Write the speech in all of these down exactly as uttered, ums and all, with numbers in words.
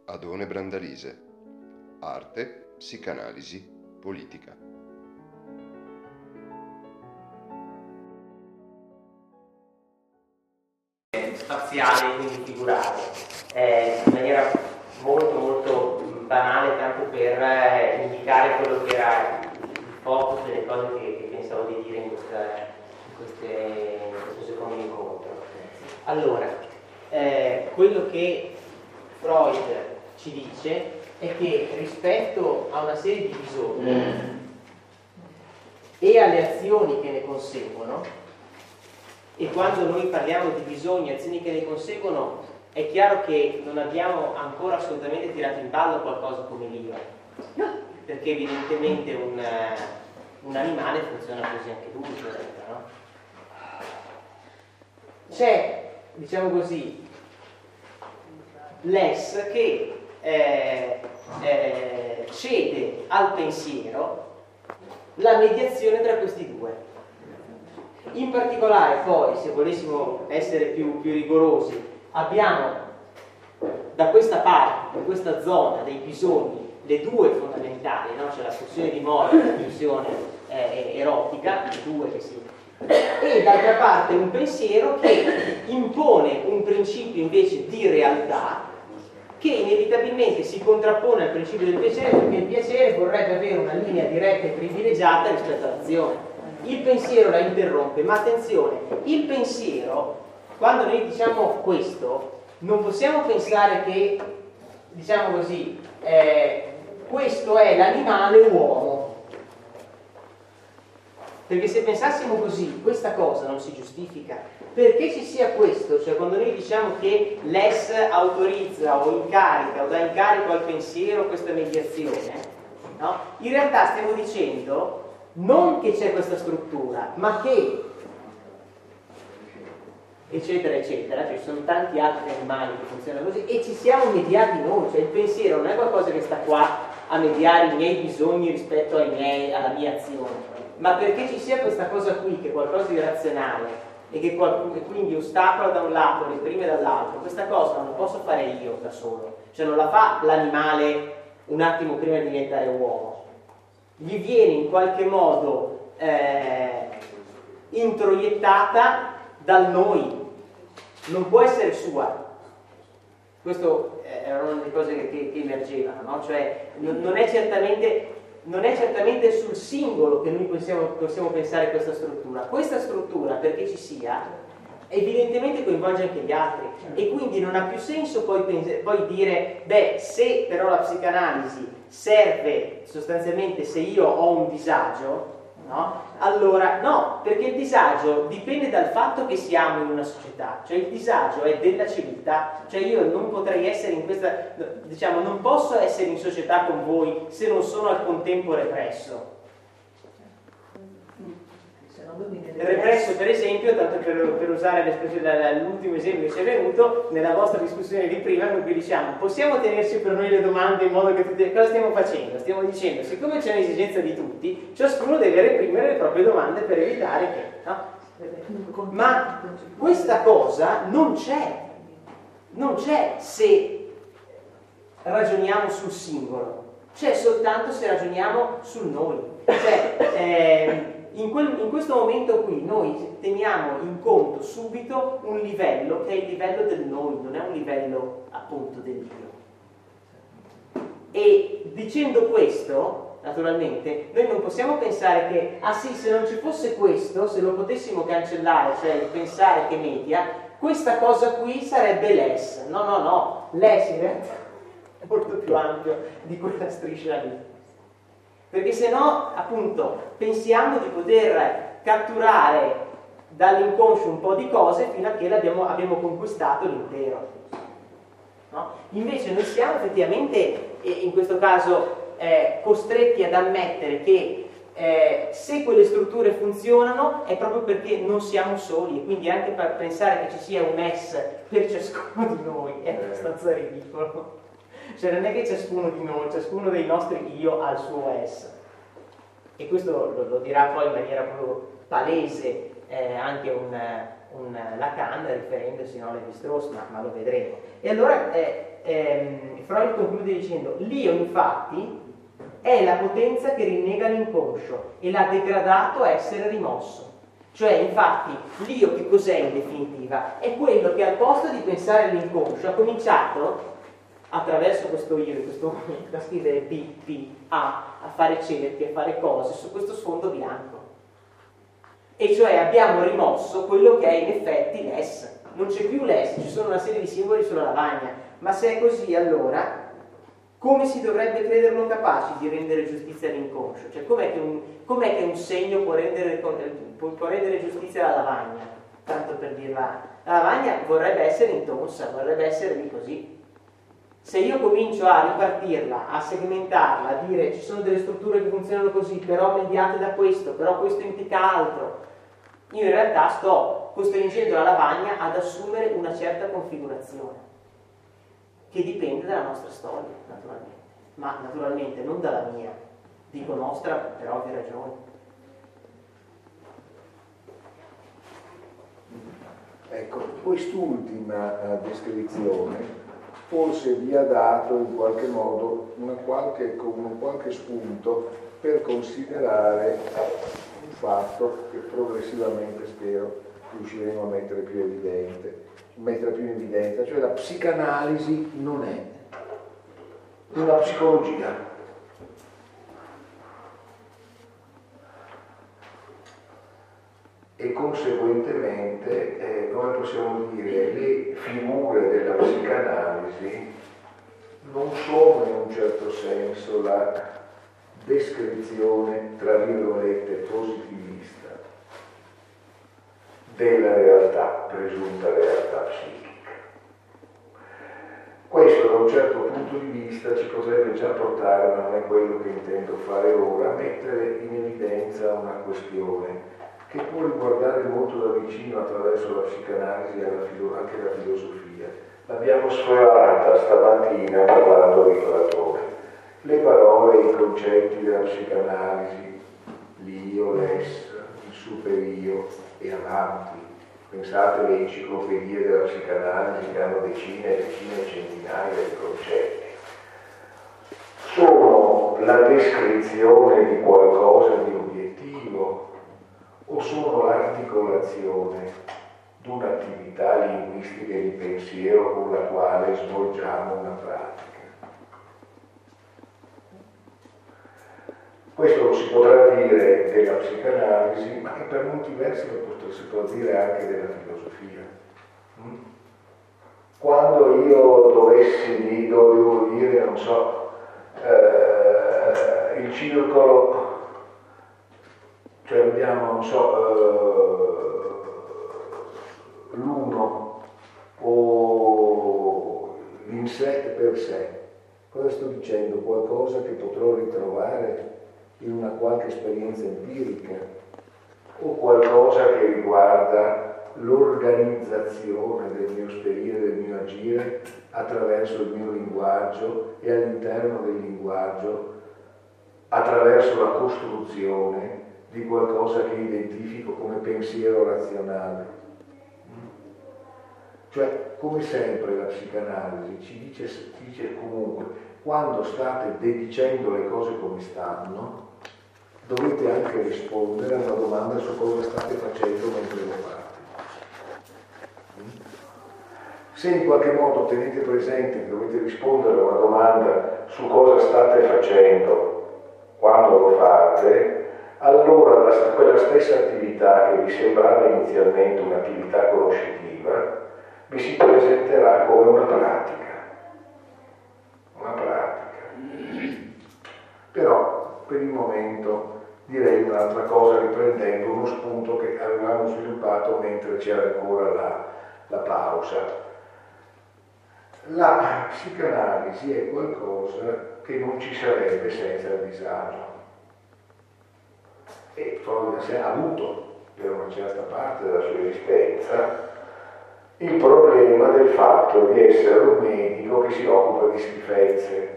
Adone Brandalise. Arte, psicanalisi, politica. Spaziale, quindi figurale, eh, in maniera molto molto banale, tanto per eh, indicare quello che era il focus delle cose che, che pensavo di dire in, questa, in, queste, in questo secondo incontro. Allora, eh, quello che Freud ci dice è che rispetto a una serie di bisogni mm. e alle azioni che ne conseguono, e quando noi parliamo di bisogni e azioni che ne conseguono, è chiaro che non abbiamo ancora assolutamente tirato in ballo qualcosa come l'io, perché evidentemente un, un animale funziona così anche lui, no? C'è, diciamo così, l'ess che eh, eh, cede al pensiero la mediazione tra questi due. In particolare poi, se volessimo essere più, più rigorosi, abbiamo da questa parte, in questa zona dei bisogni, le due fondamentali, no? Cioè la pulsione di morte e la pulsione eh, erotica, le due che si... e d'altra parte un pensiero che impone un principio invece di realtà che inevitabilmente si contrappone al principio del piacere, perché il piacere vorrebbe avere una linea diretta e privilegiata rispetto all'azione. Il pensiero la interrompe, ma attenzione, il pensiero, quando noi diciamo questo, non possiamo pensare che, diciamo così, eh, questo è l'animale uomo. Perché se pensassimo così, questa cosa non si giustifica. Perché ci sia questo, cioè quando noi diciamo che l'ess autorizza o incarica o dà incarico al pensiero questa mediazione, no? In realtà stiamo dicendo non che c'è questa struttura, ma che eccetera eccetera, cioè ci sono tanti altri animali che funzionano così e ci siamo mediati noi, cioè il pensiero non è qualcosa che sta qua a mediare i miei bisogni rispetto ai miei, alla mia azione, ma perché ci sia questa cosa qui che è qualcosa di razionale e che, qualcuno, che quindi ostacola da un lato, reprime dall'altro, questa cosa non la posso fare io da solo, cioè non la fa l'animale un attimo prima di diventare uomo, gli viene in qualche modo eh, introiettata dal noi, non può essere sua. Questo era una delle cose che, che, che emergevano, no? Cioè non, non, è certamente, non è certamente sul singolo che noi possiamo, possiamo pensare questa struttura. Questa struttura, perché ci sia, evidentemente coinvolge anche gli altri e quindi non ha più senso poi, poi dire beh, se però la psicanalisi serve sostanzialmente se io ho un disagio, no? Allora no, perché il disagio dipende dal fatto che siamo in una società, cioè il disagio è della civiltà, cioè io non potrei essere in questa, diciamo, non posso essere in società con voi se non sono al contempo represso. Represso, per esempio, tanto per, per usare l'espressione, l'ultimo esempio che ci è venuto, nella vostra discussione di prima, noi vi diciamo, possiamo tenerci per noi le domande in modo che tutti... Cosa stiamo facendo? Stiamo dicendo, siccome c'è un'esigenza di tutti, ciascuno deve reprimere le proprie domande per evitare che... No? Ma questa cosa non c'è, non c'è se ragioniamo sul singolo, c'è soltanto se ragioniamo sul noi. Cioè, eh, In, quel, in questo momento qui noi teniamo in conto subito un livello che è il livello del noi, non è un livello appunto dell'io. E dicendo questo, naturalmente, noi non possiamo pensare che, ah sì, se non ci fosse questo, se lo potessimo cancellare, cioè il pensare che media, questa cosa qui sarebbe l'ess. No, no, no, l'ess in realtà è molto più ampio di quella striscia lì. Perché se no, appunto, pensiamo di poter catturare dall'inconscio un po' di cose fino a che abbiamo, abbiamo conquistato l'intero. No? Invece noi siamo effettivamente, in questo caso, eh, costretti ad ammettere che eh, se quelle strutture funzionano è proprio perché non siamo soli e quindi anche per pensare che ci sia un ess per ciascuno di noi è abbastanza ridicolo. Cioè non è che ciascuno di noi, ciascuno dei nostri io ha il suo ess. E questo lo, lo dirà poi in maniera proprio palese eh, anche un, un Lacan riferendosi no, a Lévi-Strauss, ma, ma lo vedremo. E allora eh, ehm, Freud conclude dicendo: l'io infatti è la potenza che rinnega l'inconscio e l'ha degradato a essere rimosso. Cioè, infatti, l'io che cos'è in definitiva? È quello che al posto di pensare all'inconscio ha cominciato, attraverso questo io in questo momento, a scrivere B, P, A, a fare cerchi, a fare cose su questo sfondo bianco. E cioè abbiamo rimosso quello che è in effetti l'S. Non c'è più l'S, ci sono una serie di simboli sulla lavagna. Ma se è così, allora come si dovrebbe crederlo capaci di rendere giustizia all'inconscio? Cioè, com'è che un, com'è che un segno può rendere, può, può rendere giustizia alla lavagna? Tanto per dirla, la lavagna vorrebbe essere intonsa, vorrebbe essere lì così. Se io comincio a ripartirla, a segmentarla, a dire ci sono delle strutture che funzionano così, però mediate da questo, però questo implica altro, io in realtà sto costringendo la lavagna ad assumere una certa configurazione, che dipende dalla nostra storia, naturalmente, ma naturalmente non dalla mia, dico nostra per ovvie ragioni. Ecco, quest'ultima uh, descrizione forse vi ha dato in qualche modo una qualche, un qualche spunto per considerare un fatto che progressivamente spero riusciremo a mettere più evidente. mettere più in evidenza, cioè la psicanalisi non è una psicologia. E conseguentemente, eh, come possiamo dire, le figure della psicanalisi non sono in un certo senso la descrizione, tra virgolette, positivista della realtà, presunta realtà psichica. Questo da un certo punto di vista ci potrebbe già portare, ma non è quello che intendo fare ora, a mettere in evidenza una questione che può riguardare molto da vicino attraverso la psicanalisi e anche la filosofia. L'abbiamo sforata stamattina parlando di Platone. Le parole e i concetti della psicanalisi, l'io, l'es, il superio e avanti. Pensate alle enciclopedie della psicanalisi che hanno decine e decine, centinaia di concetti. Sono la descrizione di qualcosa di obiettivo o sono l'articolazione di un'attività linguistica e di pensiero con la quale svolgiamo una pratica? Questo lo si potrà dire della psicanalisi, ma per molti versi lo si può dire anche della filosofia. Quando io dovessi dire, dovevo dire, non so, eh, il circolo, cioè abbiamo, non so, eh, l'uno o l'in sé per sé, cosa sto dicendo? Qualcosa che potrò ritrovare in una qualche esperienza empirica o qualcosa che riguarda l'organizzazione del mio sperire, del mio agire attraverso il mio linguaggio e all'interno del linguaggio attraverso la costruzione di qualcosa che identifico come pensiero razionale. Cioè, come sempre la psicanalisi ci dice, ci dice comunque, quando state dedicendo le cose come stanno, dovete anche rispondere a una domanda su cosa state facendo mentre lo fate. Se in qualche modo tenete presente che dovete rispondere a una domanda su cosa state facendo quando lo fate, allora la, quella stessa attività che vi sembrava inizialmente un'attività conoscitiva vi si presenterà come una pratica. Una pratica. Però per il momento direi un'altra cosa riprendendo uno spunto che avevamo sviluppato mentre c'era ancora la, la pausa. La psicanalisi è qualcosa che non ci sarebbe senza il disagio. E Freud ha avuto per una certa parte della sua esistenza il problema del fatto di essere un medico che si occupa di schifezze.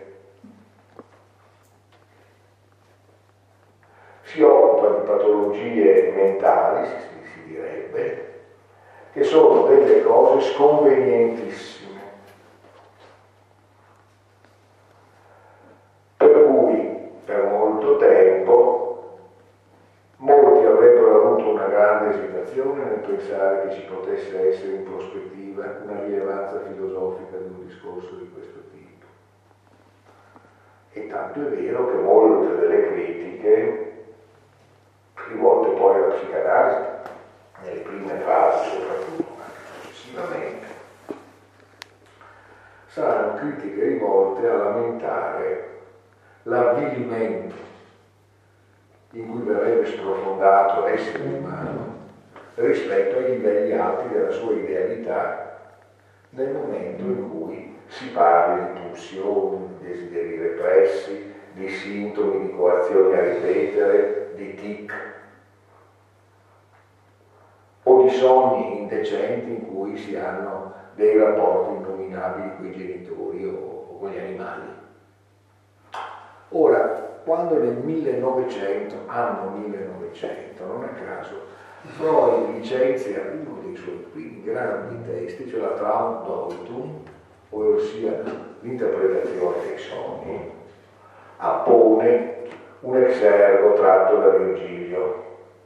Si occupa di patologie mentali, si, si direbbe, che sono delle cose sconvenientissime. Per cui, per molto tempo, molti avrebbero avuto una grande esitazione nel pensare che ci potesse essere in prospettiva una rilevanza filosofica di un discorso di questo tipo. E tanto è vero che molte delle critiche, rivolte poi alla psicanalisi, nelle prime fasi soprattutto, ma anche successivamente, saranno critiche rivolte a lamentare l'avvilimento in cui verrebbe sprofondato l'essere umano rispetto ai livelli alti della sua idealità nel momento in cui si parla di pulsioni, di desideri repressi, di sintomi, di coazioni a ripetere, di tic, o di sogni indecenti in cui si hanno dei rapporti innominabili con i genitori o, o con gli animali. Ora, quando nel millenovecento, anno millenovecento, non a caso, Freud licenzia uno dei suoi primi grandi testi, cioè la Traumdeutung, ossia l'interpretazione dei sogni, appone un exergo tratto da Virgilio.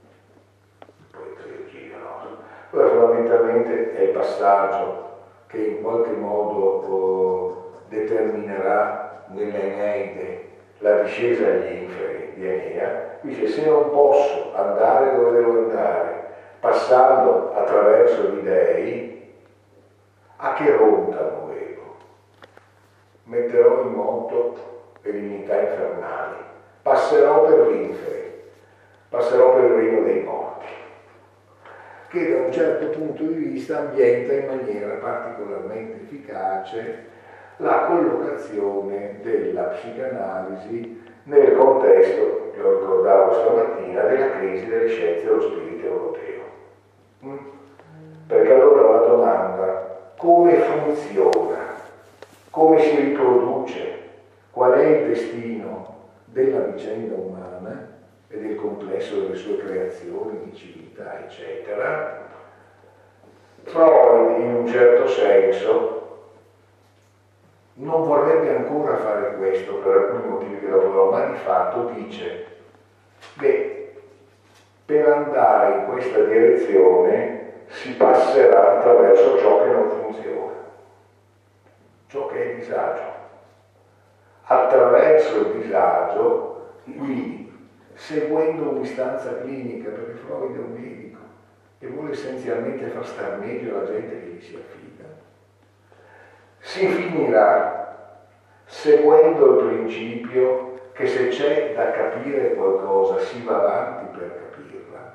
Quello fondamentalmente è il passaggio che in qualche modo oh, determinerà nell'Eneide la discesa agli inferi di Enea. Dice: se non posso andare dove devo andare, passando attraverso gli dei, a che ronda muovevo? Metterò in moto le divinità infernali, passerò per l'inferi, passerò per il regno dei morti, che da un certo punto di vista ambienta in maniera particolarmente efficace la collocazione della psicanalisi nel contesto, lo ricordavo stamattina, della crisi delle scienze dello spirito europeo. Mm? Perché allora la domanda: come funziona, come si riproduce, qual è il destino della vicenda umana e del complesso delle sue creazioni, di civiltà, eccetera, Freud in un certo senso non vorrebbe ancora fare questo per alcuni motivi che dopo, ma di fatto dice: beh, per andare in questa direzione si passerà attraverso ciò che non funziona, ciò che è disagio. Attraverso il disagio, quindi seguendo un'istanza clinica, perché Freud è un medico e vuole essenzialmente far star meglio la gente che gli si affida, si finirà seguendo il principio che se c'è da capire qualcosa si va avanti per capirla.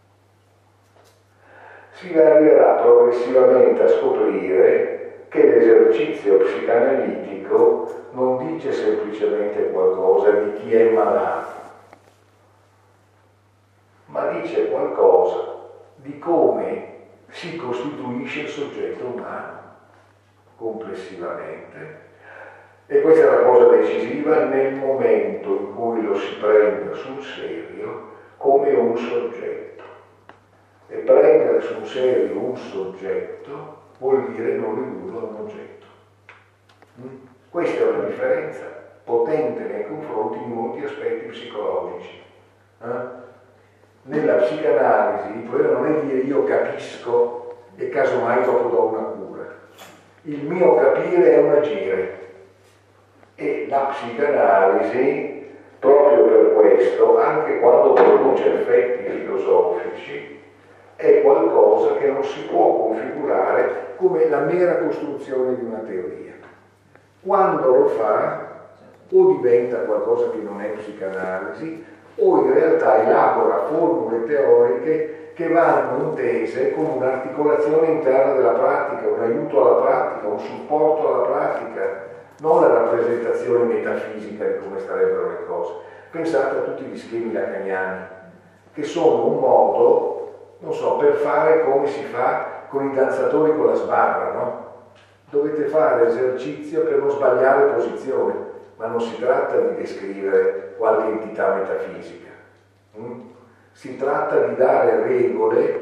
Si arriverà progressivamente a scoprire che l'esercizio psicanalitico non dice semplicemente qualcosa di chi è malato, ma dice qualcosa di come si costituisce il soggetto umano complessivamente. E questa è la cosa decisiva nel momento in cui lo si prende sul serio come un soggetto. E prendere sul serio un soggetto vuol dire non ridurlo a un oggetto. Questa è una differenza potente nei confronti di molti aspetti psicologici. Eh? Nella psicanalisi il problema non è dire io capisco e casomai dopo do una cura. Il mio capire è un agire. E la psicanalisi, proprio per questo, anche quando produce effetti filosofici, è qualcosa che non si può configurare come la mera costruzione di una teoria. Quando lo fa, o diventa qualcosa che non è psicanalisi, o in realtà elabora formule teoriche che vanno intese come un'articolazione interna della pratica, un aiuto alla pratica, un supporto alla pratica, non la rappresentazione metafisica di come starebbero le cose. Pensate a tutti gli schemi lacaniani, che sono un modo, non so, per fare come si fa con i danzatori con la sbarra, no? Dovete fare esercizio per non sbagliare posizione, ma non si tratta di descrivere qualche entità metafisica. Mm? Si tratta di dare regole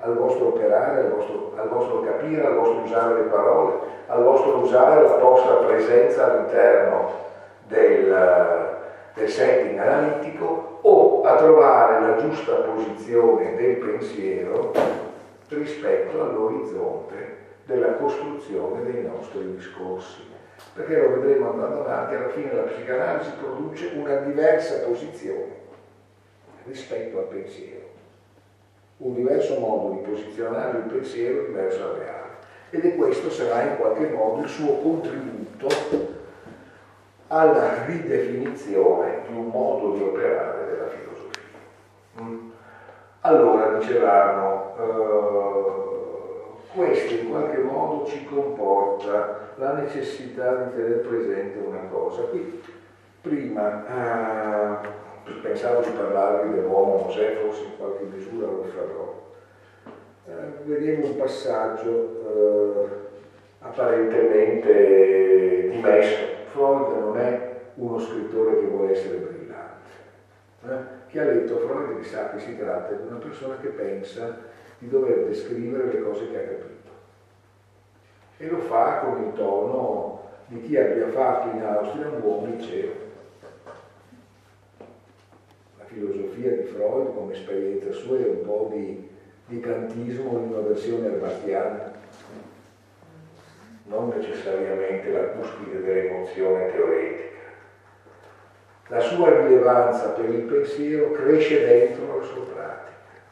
al vostro operare, al vostro, al vostro capire, al vostro usare le parole, al vostro usare la vostra presenza all'interno del, del setting analitico, o a trovare la giusta posizione del pensiero rispetto all'orizzonte della costruzione dei nostri discorsi. Perché lo vedremo andando avanti, alla fine la psicanalisi produce una diversa posizione rispetto al pensiero, un diverso modo di posizionare il pensiero diverso dal reale, ed è questo sarà in qualche modo il suo contributo alla ridefinizione di un modo di operare della filosofia. Mm. Allora, dicevamo, eh, questo in qualche modo ci comporta la necessità di tenere presente una cosa. Qui prima eh, pensavo di parlarvi dell'uomo Mosè, forse in qualche misura lo farò. Eh, vedevo un passaggio eh, apparentemente dimesso. Freud non è uno scrittore che vuole essere brillante. Eh? Chi ha letto Freud sa che si tratta di una persona che pensa di dover descrivere le cose che ha capito. E lo fa con il tono di chi abbia fatto in Austria un buon liceo. La filosofia di Freud, come esperienza sua, è un po' di, di kantismo in una versione herbatiana, non necessariamente la cuspide dell'emozione teoretica. La sua rilevanza per il pensiero cresce dentro la sua pratica,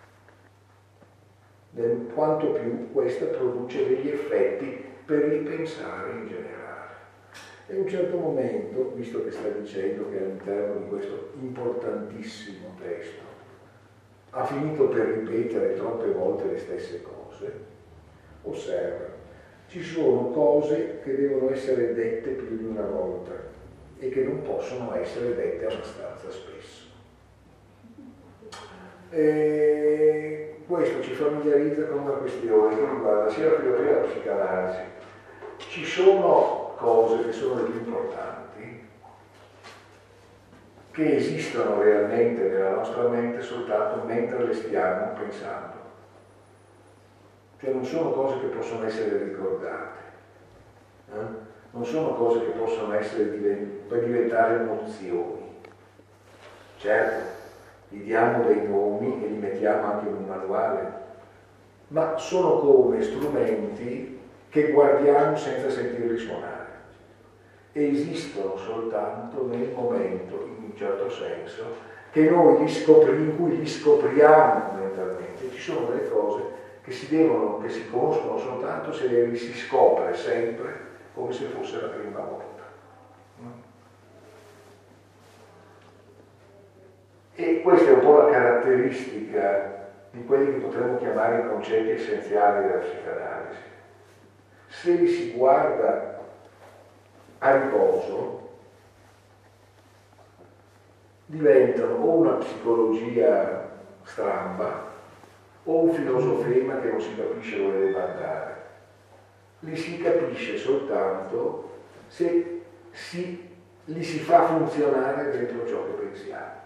quanto più questa produce degli effetti per il pensare in generale. E a un certo momento, visto che sta dicendo che all'interno di questo importantissimo testo ha finito per ripetere troppe volte le stesse cose, osserva, ci sono cose che devono essere dette più di una volta e che non possono essere dette abbastanza spesso. E questo ci familiarizza con una questione che riguarda sia la filosofia che la psicanalisi. Ci sono cose che sono le più importanti, che esistono realmente nella nostra mente soltanto mentre le stiamo pensando. Cioè non sono cose che possono essere ricordate, eh? Non sono cose che possono essere per diventare emozioni. Certo, gli diamo dei nomi e li mettiamo anche in un manuale, ma sono come strumenti che guardiamo senza sentirli suonare. E esistono soltanto nel momento, in un certo senso, che noi li scopri, in cui li scopriamo mentalmente. Ci sono delle cose che si devono, che si conoscono soltanto se li si scopre sempre come se fosse la prima volta. E questa è un po' la caratteristica di quelli che potremmo chiamare i concetti essenziali della psicanalisi. Se li si guarda a riposo, diventano o una psicologia stramba o un filosofema che non si capisce dove deve andare. Li si capisce soltanto se si, li si fa funzionare dentro ciò che pensiamo.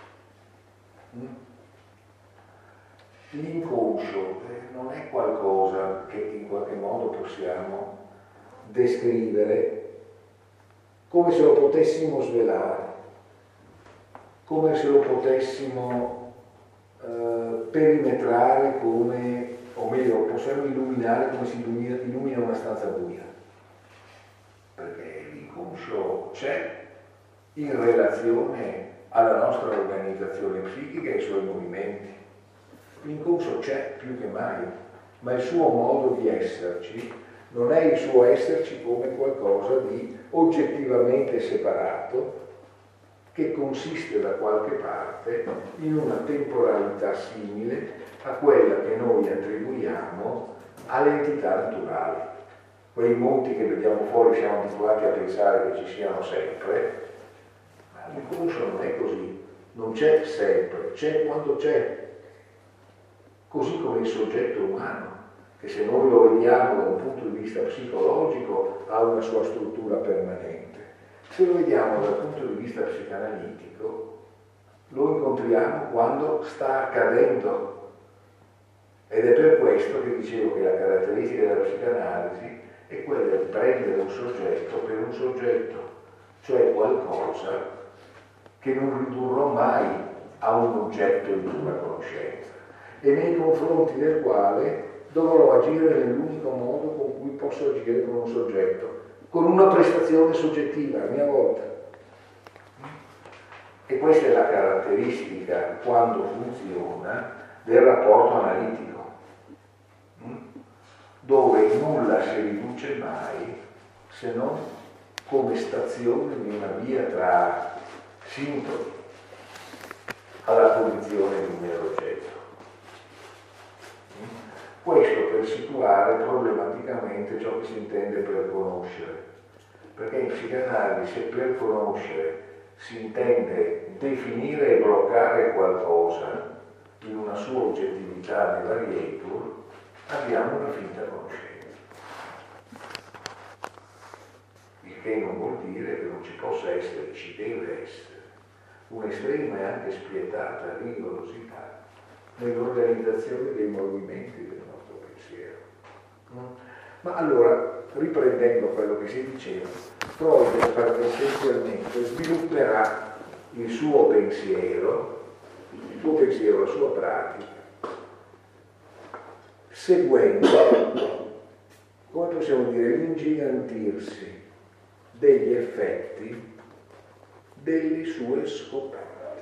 L'inconscio non è qualcosa che in qualche modo possiamo descrivere come se lo potessimo svelare, come se lo potessimo eh, perimetrare come, o meglio, possiamo illuminare come si illumina, illumina una stanza buia. Perché l'inconscio c'è in relazione alla nostra organizzazione psichica e ai suoi movimenti. L'inconscio c'è più che mai, ma il suo modo di esserci non è il suo esserci come qualcosa di oggettivamente separato che consiste da qualche parte in una temporalità simile a quella che noi attribuiamo alle entità naturali. Quei monti che vediamo fuori siamo abituati a pensare che ci siano sempre, ma l'inconscio non è così, non c'è sempre, c'è quando c'è. Così come il soggetto umano, che se noi lo vediamo da un punto di vista psicologico ha una sua struttura permanente. Se lo vediamo dal punto di vista psicanalitico, lo incontriamo quando sta accadendo Ed è per questo che dicevo che la caratteristica della psicanalisi è quella di prendere un soggetto per un soggetto, cioè qualcosa che non ridurrò mai a un oggetto di una conoscenza e nei confronti del quale dovrò agire nell'unico modo con cui posso agire con un soggetto, con una prestazione soggettiva a mia volta. E questa è la caratteristica, quando funziona, del rapporto analitico, dove nulla si riduce mai se non come stazione di una via tra sintoni alla condizione di un mero oggetto. Questo per situare problematicamente ciò che si intende per conoscere, perché in psicanalisi se per conoscere si intende definire e bloccare qualcosa in una sua oggettività nei varietur, abbiamo una finta conoscenza. Il che non vuol dire che non ci possa essere, ci deve essere, un'estrema e anche spietata rigorosità nell'organizzazione dei movimenti del nostro pensiero. Ma allora, riprendendo quello che si diceva, Freud essenzialmente svilupperà il suo pensiero, il suo pensiero, la sua pratica, seguendo, come possiamo dire, l'ingigantirsi degli effetti delle sue scoperte.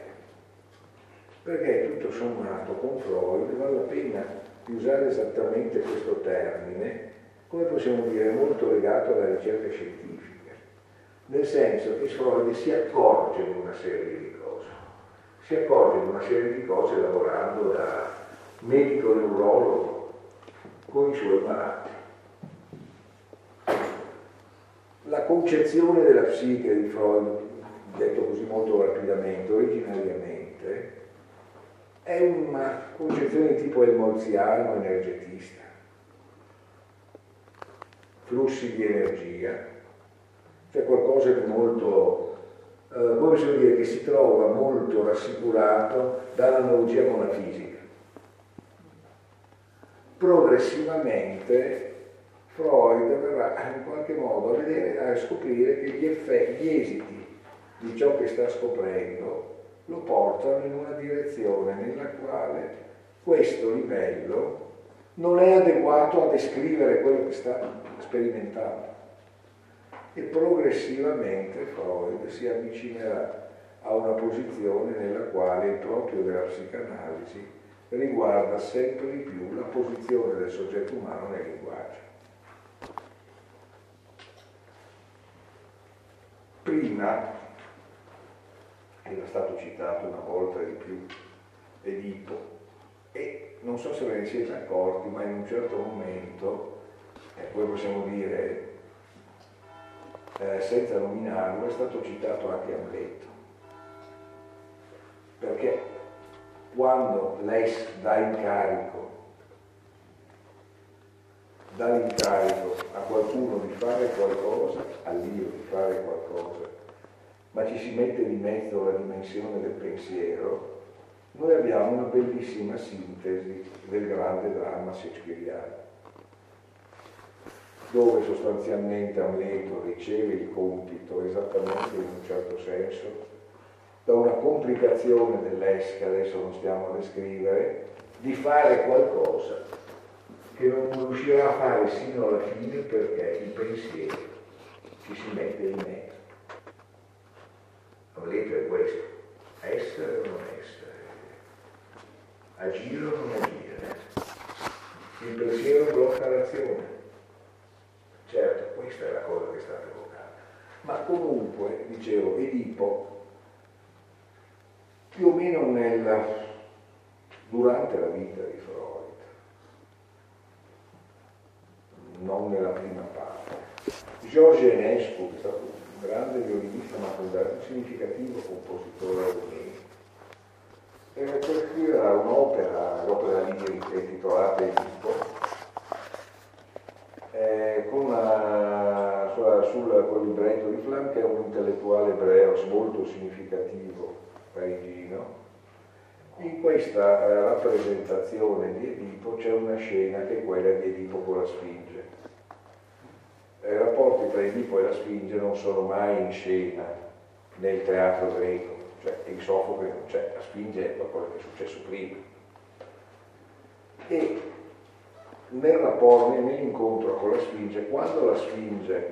Perché tutto sommato con Freud vale la pena di usare esattamente questo termine, come possiamo dire, molto legato alla ricerca scientifica, nel senso che Freud si accorge di una serie di cose, si accorge di una serie di cose lavorando da medico neurologo con i suoi malati. La concezione della psiche di Freud, detto così molto rapidamente, originariamente, è una concezione di tipo helmholtziano, energetista. Flussi di energia, cioè qualcosa di molto, eh, come possiamo dire, che si trova molto rassicurato dall'analogia con la fisica. Progressivamente Freud verrà in qualche modo a vedere, a scoprire che gli effetti, gli esiti di ciò che sta scoprendo lo portano in una direzione nella quale questo livello non è adeguato a descrivere quello che sta sperimentando. E progressivamente Freud si avvicinerà a una posizione nella quale il proprio della psicanalisi riguarda sempre di più la posizione del soggetto umano nel linguaggio. Prima, era stato citato una volta di più, Edipo, e non so se ve ne siete accorti, ma in un certo momento, e poi possiamo dire, eh, senza nominarlo, è stato citato anche Amleto. Perché quando l'Es dà incarico, dà l'incarico a qualcuno di fare qualcosa, all'io di fare qualcosa, ma ci si mette di mezzo la dimensione del pensiero, noi abbiamo una bellissima sintesi del grande dramma shakespeariano, dove sostanzialmente Amleto riceve il compito, esattamente in un certo senso, da una complicazione dell'Es che adesso non stiamo a descrivere, di fare qualcosa che non riuscirà a fare sino alla fine perché il pensiero ci si mette di mezzo. Amleto è questo, essere o non essere, agire o non agire. Il pensiero blocca l'azione. Certo, questa è la cosa che è stata evocata. Ma comunque, dicevo, Edipo, più o meno nella, durante la vita di Freud, non nella prima parte, Georges Enescu, che è stato un grande violinista ma un significativo compositore rumeno, e per scrivere un'opera, l'opera lirica intitolata Edipo, eh, con una, sulla, sul col libretto di Flamm, che è un intellettuale ebreo molto significativo parigino, In questa eh, rappresentazione di Edipo c'è una scena che è quella di Edipo con la Sfinge. I rapporti tra Edipo e la Sfinge non sono mai in scena nel teatro greco, cioè in Sofocle non c'è, la Sfinge è quello che è successo prima. E nel rapporto, nell'incontro con la Sfinge, quando la Sfinge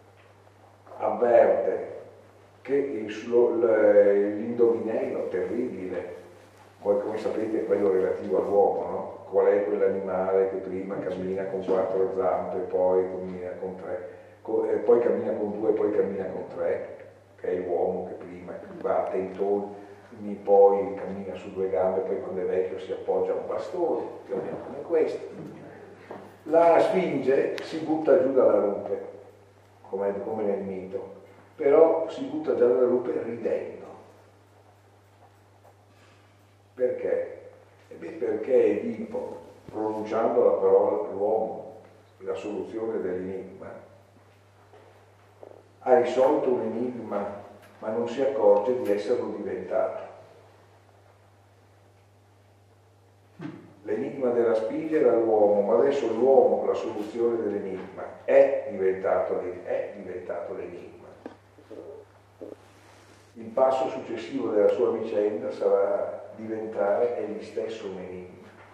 avverte che l'indovinello terribile, poi come sapete è quello relativo all'uomo, no? Qual è quell'animale che prima cammina con quattro zampe, poi cammina con tre, e poi cammina con due, poi cammina con tre, che è l'uomo che prima va a tentoni, poi cammina su due gambe, poi quando è vecchio si appoggia a un bastone, più o meno come questo. La Sfinge si butta giù dalla rupe, come, come nel mito, però si butta giù dalla rupe ridendo. Perché? E beh, perché Edipo, pronunciando la parola l'uomo, la soluzione dell'enigma, ha risolto un enigma, ma non si accorge di esserlo diventato. L'enigma della Sfinge era l'uomo, ma adesso l'uomo, la soluzione dell'enigma, è diventato, è diventato l'enigma. Il passo successivo della sua vicenda sarà diventare egli stesso un enigma.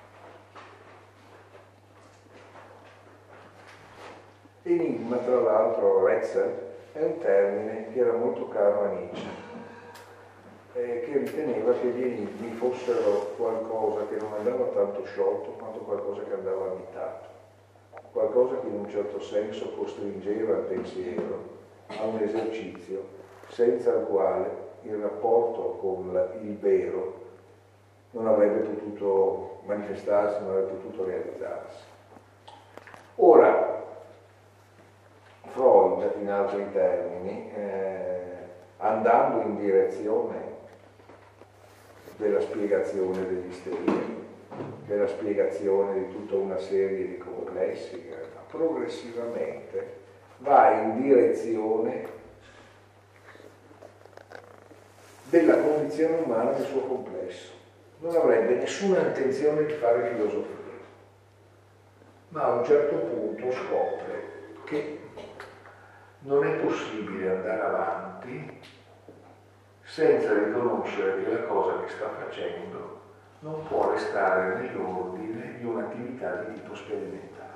Enigma, tra l'altro, Rätsel, è un termine che era molto caro a Nietzsche, eh, che riteneva che gli enigmi fossero qualcosa che non andava tanto sciolto quanto qualcosa che andava abitato, qualcosa che in un certo senso costringeva il pensiero a un esercizio senza il quale il rapporto con il vero non avrebbe potuto manifestarsi, non avrebbe potuto realizzarsi. Ora, Freud, in altri termini, eh, andando in direzione della spiegazione dell'isteria, della spiegazione di tutta una serie di complessi, in realtà, progressivamente va in direzione della condizione umana nel suo complesso. Non avrebbe nessuna intenzione di fare filosofia, ma a un certo punto scopre che non è possibile andare avanti senza riconoscere che la cosa che sta facendo non può restare nell'ordine di un'attività di tipo sperimentale.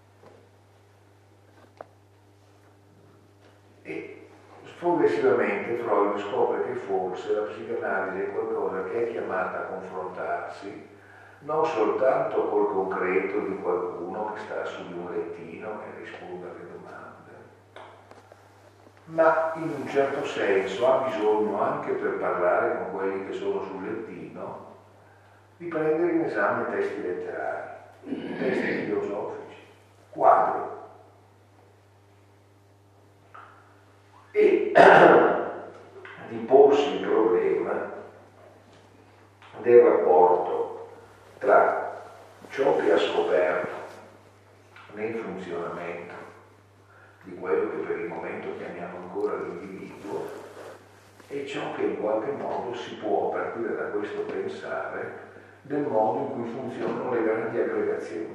E progressivamente Freud scopre che forse la psicanalisi è qualcosa che è chiamata a confrontarsi non soltanto col concreto di qualcuno che sta su di un lettino e risponde alle domande, ma in un certo senso ha bisogno, anche per parlare con quelli che sono sul lettino, di prendere in esame testi letterari, testi filosofici, quadri. E di porsi il problema del rapporto tra ciò che ha scoperto nel funzionamento di quello che per il momento chiamiamo ancora l'individuo e ciò che in qualche modo si può, a partire da questo, pensare del modo in cui funzionano le grandi aggregazioni.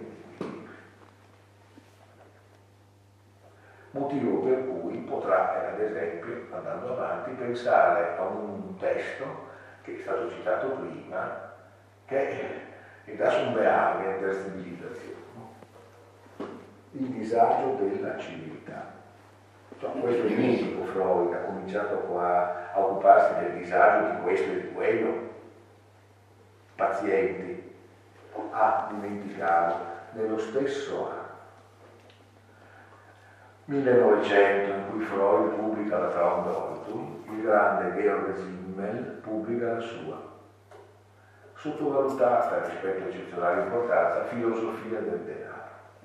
Motivo per cui potrà, ad esempio, andando avanti, pensare a un testo che è stato citato prima, che è Das Unbehagen der Zivilisation, il disagio della civiltà. Cioè, questo è il mitico Freud, ha cominciato qua a occuparsi del disagio di questo e di quello, pazienti, ah, dimenticavo, nello stesso anno millenovecento, in cui Freud pubblica la Traumdeutung, il grande Georg Simmel pubblica la sua, sottovalutata rispetto a eccezionale importanza, filosofia del denaro.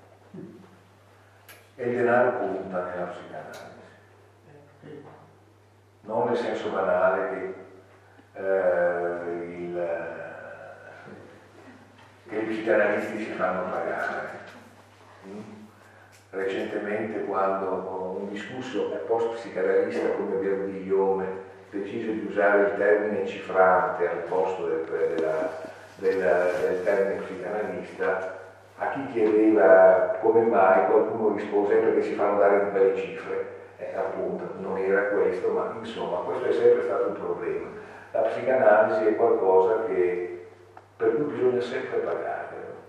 E il denaro conta nella psicanalisi, non nel senso banale che, eh, il, che i psicanalisti si fanno pagare. Mm? Recentemente, quando ho un discusso post psicanalista come Berdiglione decise di usare il termine cifrante al posto del, della, della, del termine psicanalista, a chi chiedeva come mai, qualcuno rispose perché si fanno dare di belle cifre. Eh, appunto, non era questo, ma insomma questo è sempre stato un problema. La psicanalisi è qualcosa che, per cui bisogna sempre pagare.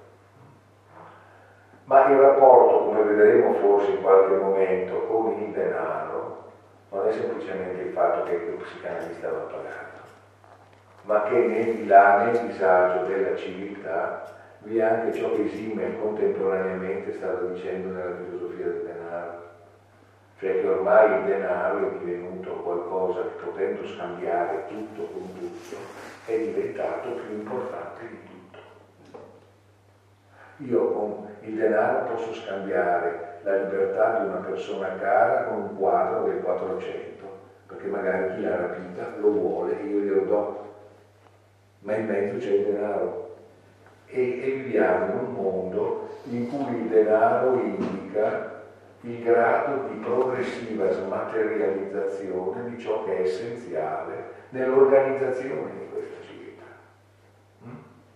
Ma il rapporto, come vedremo forse in qualche momento, con il denaro non è semplicemente il fatto che il psicanalista va pagato, ma che nel di là, nel disagio della civiltà, vi è anche ciò che Simmel contemporaneamente stava dicendo nella filosofia del denaro, cioè che ormai il denaro è divenuto qualcosa che, potendo scambiare tutto con tutto, è diventato più importante di tutto. Io con il denaro posso scambiare la libertà di una persona cara con un quadro del quattrocento, perché magari chi l'ha rapita lo vuole e io glielo do, ma in mezzo c'è il denaro. E, e viviamo in un mondo in cui il denaro indica il grado di progressiva smaterializzazione di ciò che è essenziale nell'organizzazione di questa civiltà. Mm?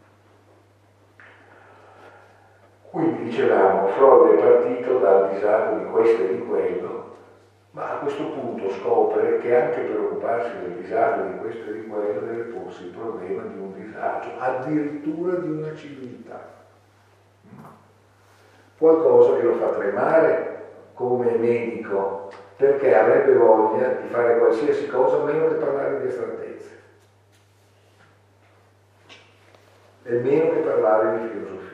Quindi dicevamo, Freud è partito dal disagio di questo e di quello, ma a questo punto scopre che anche per occuparsi del disagio di questo e di quello deve porsi il problema di un disagio, addirittura di una civiltà. Qualcosa che lo fa tremare come medico, perché avrebbe voglia di fare qualsiasi cosa meno che parlare di astrattezze e meno che parlare di filosofia.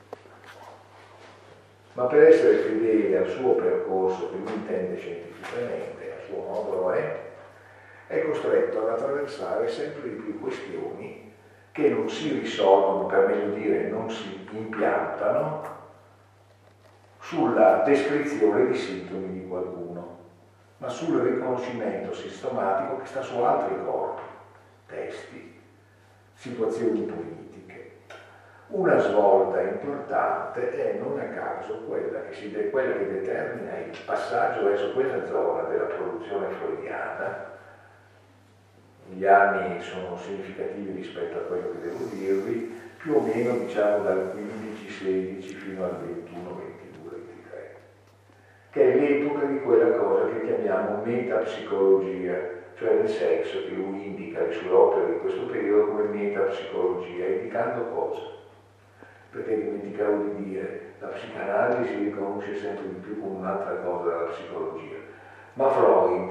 Ma per essere fedele al suo percorso, che lui intende scientificamente, a suo modo lo è, è costretto ad attraversare sempre di più questioni che non si risolvono, per meglio dire, non si impiantano sulla descrizione di sintomi di qualcuno, ma sul riconoscimento sistematico che sta su altri corpi, testi, situazioni politiche. Una svolta importante è non a caso quella che, si de- quella che determina il passaggio verso quella zona della produzione freudiana. Gli anni sono significativi rispetto a quello che devo dirvi, più o meno diciamo dal quindici sedici fino al ventuno ventidue ventitré, che è l'epoca di quella cosa che chiamiamo metapsicologia, cioè nel senso che lui indica le sue opere di questo periodo come metapsicologia, indicando cosa? Perché dimenticavo di dire, la psicanalisi si riconosce sempre di più come un'altra cosa dalla psicologia, ma Freud,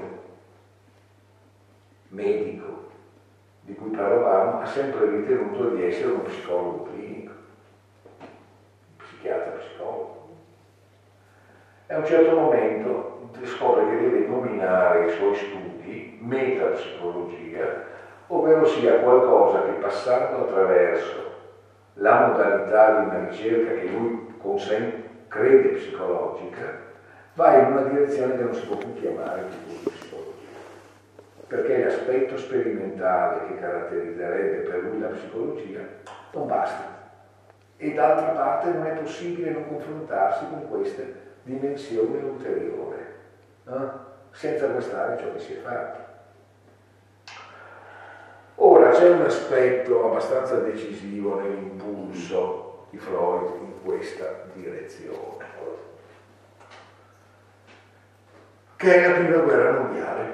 medico di cui parlavamo, ha sempre ritenuto di essere uno psicologo clinico, un psichiatra psicologo. E a un certo momento scopre che deve nominare i suoi studi metapsicologia, ovvero sia qualcosa che, passando attraverso la modalità di una ricerca che lui consente, crede psicologica, va in una direzione che non si può più chiamare più psicologia, perché l'aspetto sperimentale che caratterizzerebbe per lui la psicologia non basta, e d'altra parte non è possibile non confrontarsi con queste dimensioni ulteriori, no? Senza guastare ciò che si è fatto. Ora c'è un aspetto abbastanza decisivo nell'impulso di Freud in questa direzione, che è la prima guerra mondiale.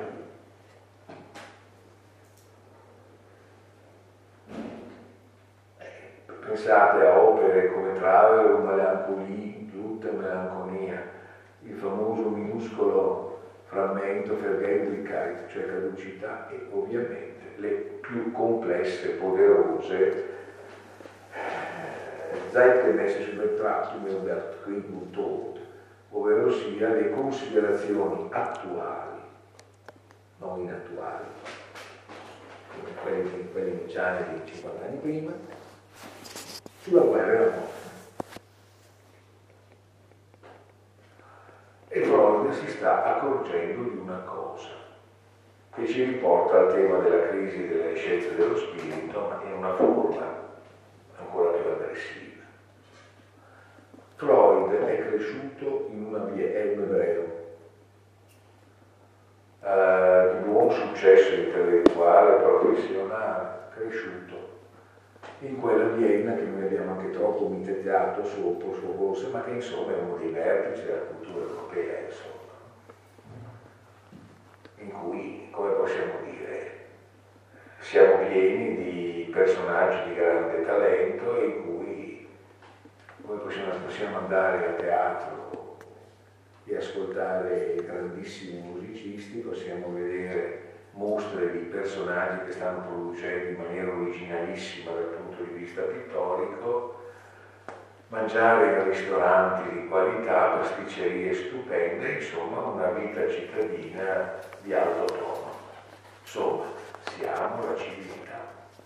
Pensate a opere come Traveler, Melancolie, tutta melanconia, il famoso minuscolo frammento Vergänglichkeit, cioè caducità, e ovviamente le più complesse, poderose Zeitgenössische Betrachtungen der Krieg und Tod, ovvero sia le considerazioni attuali, non inattuali, come quelli, quelli iniziali di cinquanta anni prima, sulla guerra e la morte. E Freud si sta accorgendo di una cosa, che ci riporta al tema della crisi delle scienze dello spirito, ma in una forma ancora più aggressiva. Freud è cresciuto in una via, è un ebreo, uh, di buon successo intellettuale, professionale, cresciuto in quella Vienna che noi abbiamo anche troppo mitegato sopra, forse, ma che insomma è uno dei vertici della cultura europea, insomma, in cui, come possiamo dire, siamo pieni di personaggi di grande talento e in cui come possiamo, possiamo andare a teatro e ascoltare grandissimi musicisti, possiamo vedere mostre di personaggi che stanno producendo in maniera originalissima dal punto di vista pittorico, mangiare in ristoranti di qualità, pasticcerie stupende, insomma una vita cittadina di alto tono. Insomma, siamo la civiltà.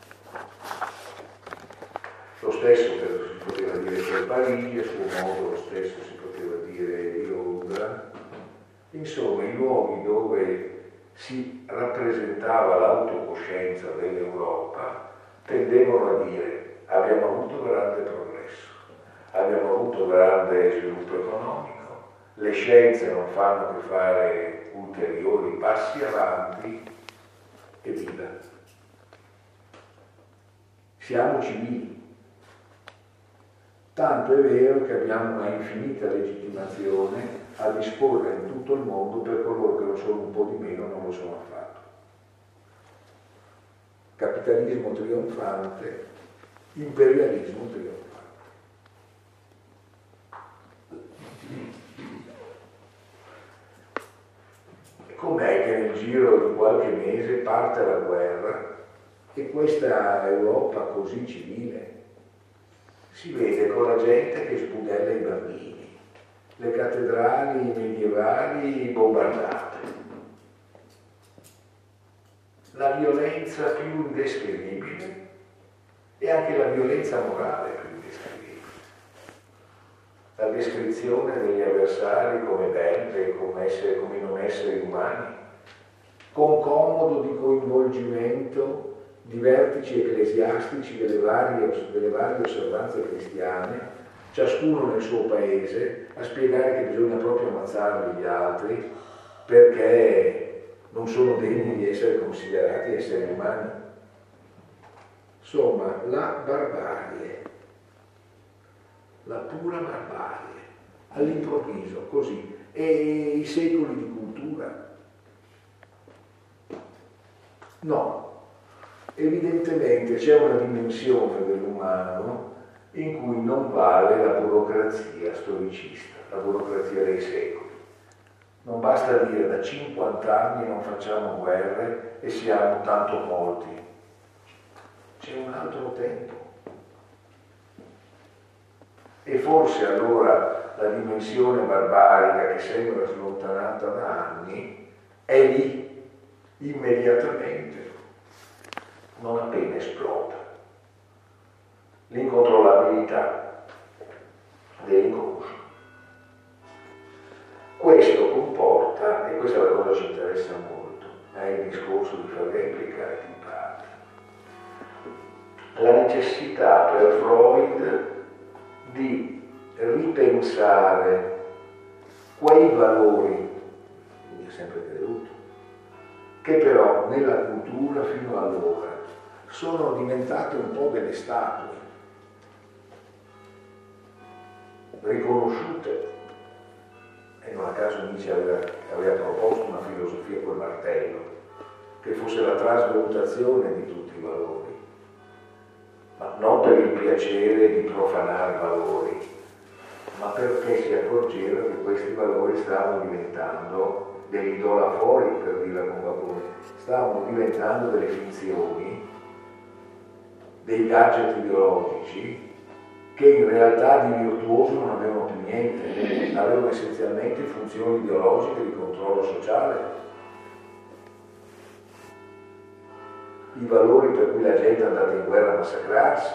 Lo stesso per, si poteva dire per Parigi, a suo modo lo stesso si poteva dire di Londra. Insomma, i luoghi dove si rappresentava l'autocoscienza dell'Europa tendevano a dire abbiamo avuto grande progresso, abbiamo avuto grande sviluppo economico, le scienze non fanno che fare ulteriori passi avanti e viva. Siamo civili. Tanto è vero che abbiamo una infinita legittimazione a disporre in tutto il mondo per coloro che lo sono un po' di meno non lo sono affatto. Capitalismo trionfante, imperialismo trionfante. Com'è che nel giro di qualche mese parte la guerra e questa Europa così civile si vede con la gente che sbudella i bambini, le cattedrali medievali bombardate, la violenza più indescrivibile e anche la violenza morale più indescrivibile, la descrizione degli avversari come belve, come, essere, come non esseri umani, con comodo di coinvolgimento di vertici ecclesiastici delle varie, delle varie osservanze cristiane, ciascuno nel suo paese, a spiegare che bisogna proprio ammazzarli gli altri perché non sono degni di essere considerati esseri umani. Insomma, la barbarie, la pura barbarie, all'improvviso, così, e i secoli di cultura. No. Evidentemente c'è una dimensione dell'umano in cui non vale la burocrazia storicista, la burocrazia dei secoli. Non basta dire da cinquanta anni non facciamo guerre e siamo tanto molti. C'è un altro tempo. E forse allora la dimensione barbarica che sembra slontanata da anni è lì, immediatamente, non appena esplode. L'incontrollabilità dell'inconscio. Questo comporta, e questa è la cosa che ci interessa molto, è il discorso di far replica e di parte, la necessità per Freud di ripensare quei valori, lui ha sempre creduto, che però nella cultura fino allora sono diventate un po' delle statue, riconosciute, e non a caso Nietzsche aveva, aveva proposto una filosofia col martello, che fosse la trasvalutazione di tutti i valori, ma non per il piacere di profanare valori, ma perché si accorgeva che questi valori stavano diventando degli idolafori, per dirla con qualcuno, stavano diventando delle finzioni, dei gadget ideologici che in realtà di virtuoso non avevano più niente, avevano essenzialmente funzioni ideologiche di controllo sociale. I valori per cui la gente è andata in guerra a massacrarsi,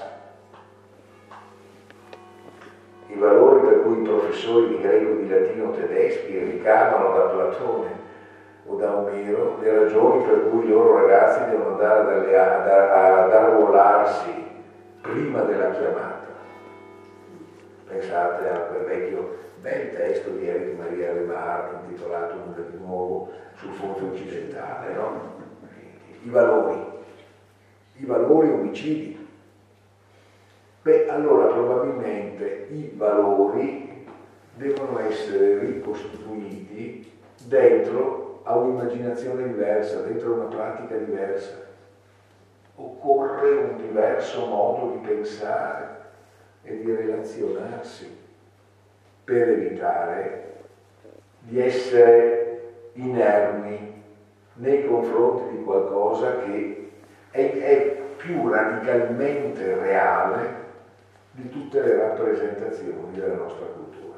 i valori per cui i professori di greco e di latino tedeschi ricavano da Platone o da Omero le ragioni per cui i loro ragazzi devono andare ad, ad arruolarsi prima della chiamata. Pensate a quel vecchio bel testo di Erich Maria Remarque intitolato Nulla di nuovo sul fronte occidentale, no? i valori, i valori omicidi. Beh, allora probabilmente i valori devono essere ricostruiti dentro a un'immaginazione diversa, dentro a una pratica diversa. Occorre un diverso modo di pensare e di relazionarsi per evitare di essere inermi nei confronti di qualcosa che è, è più radicalmente reale di tutte le rappresentazioni della nostra cultura.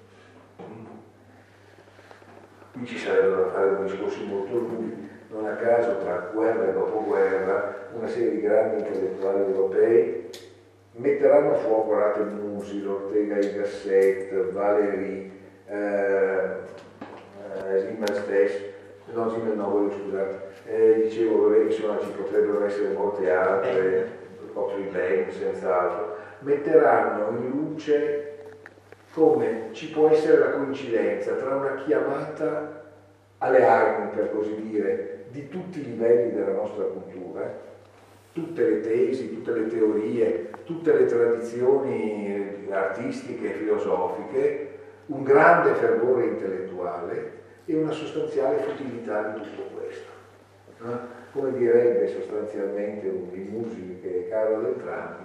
Qui ci sarebbero da fare discorsi molto lunghi, non a caso tra guerra e dopoguerra una serie di grandi intellettuali europei metteranno a fuoco Rate Musil, Ortega y Gasset, Valéry, eh, eh, Simmel stesso, no, Simmel no, voglio scusate, eh, dicevo, vabbè, insomma ci potrebbero essere molte altre, Cochrane Lane senz'altro, metteranno in luce come ci può essere la coincidenza tra una chiamata alle armi, per così dire, di tutti i livelli della nostra cultura, tutte le tesi, tutte le teorie, tutte le tradizioni artistiche e filosofiche, un grande fervore intellettuale e una sostanziale futilità di tutto questo. Eh? Come direbbe sostanzialmente un di Musil che è caro ad entrambi,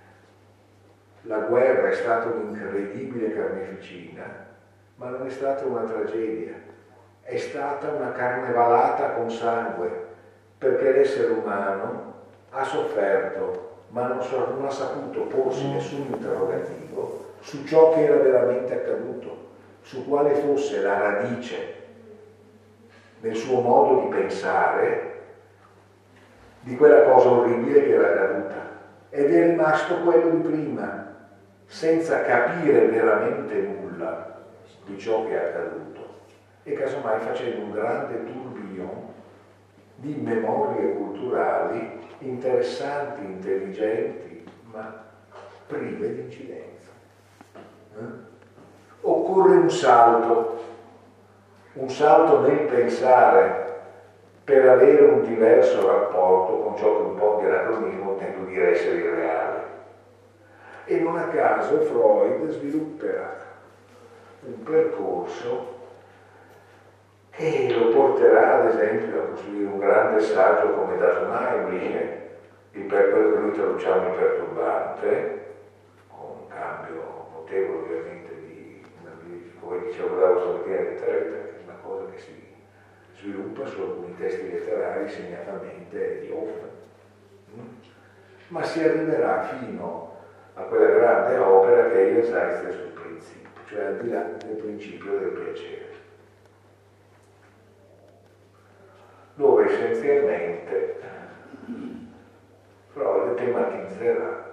la guerra è stata un'incredibile carneficina, ma non è stata una tragedia, è stata una carnevalata con sangue, perché l'essere umano ha sofferto, ma non, so, non ha saputo porsi nessun interrogativo su ciò che era veramente accaduto, su quale fosse la radice nel suo modo di pensare di quella cosa orribile che era accaduta. Ed è rimasto quello di prima, senza capire veramente nulla di ciò che è accaduto e casomai facendo un grande tourbillon di memorie culturali interessanti, intelligenti, ma prive di incidenza. Eh? Occorre un salto, un salto nel pensare per avere un diverso rapporto con ciò che un po' di anacronismo tento di dire essere irreale. E non a caso Freud svilupperà un percorso che lo porterà ad esempio a costruire un grande saggio come Das Unheimliche, il per quello che noi traduciamo in perturbante, con un cambio notevole ovviamente di, come dicevo da stamattina in letteratura, che è una cosa che si sviluppa su alcuni testi letterari, segnatamente di Hoffmann, ma si arriverà fino a quella grande opera che è Il Geiste sul principio, cioè al di là del principio del piacere, dove essenzialmente Freud tematizzerà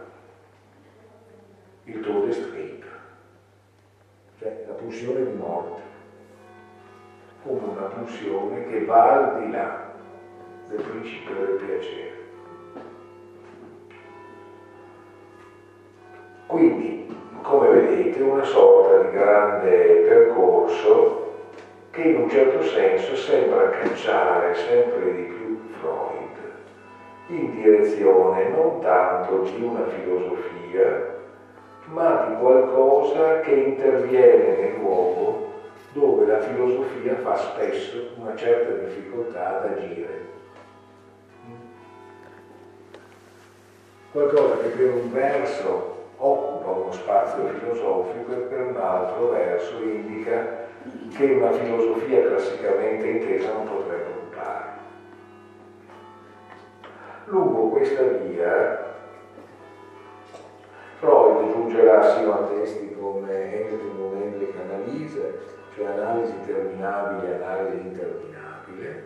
il Todestrieb, cioè la pulsione di morte, come una pulsione che va al di là del principio del piacere. Quindi, come vedete, una sorta di grande percorso che in un certo senso sembra cacciare sempre di più Freud in direzione non tanto di una filosofia, ma di qualcosa che interviene nel luogo dove la filosofia fa spesso una certa difficoltà ad agire. Qualcosa che per un verso occupa uno spazio filosofico e per un altro verso indica che una filosofia classicamente intesa non potrebbe occupare. Lungo questa via Freud giungerà sino a testi come Engelting und Endlich Analyse, cioè analisi terminabile, analisi interminabile,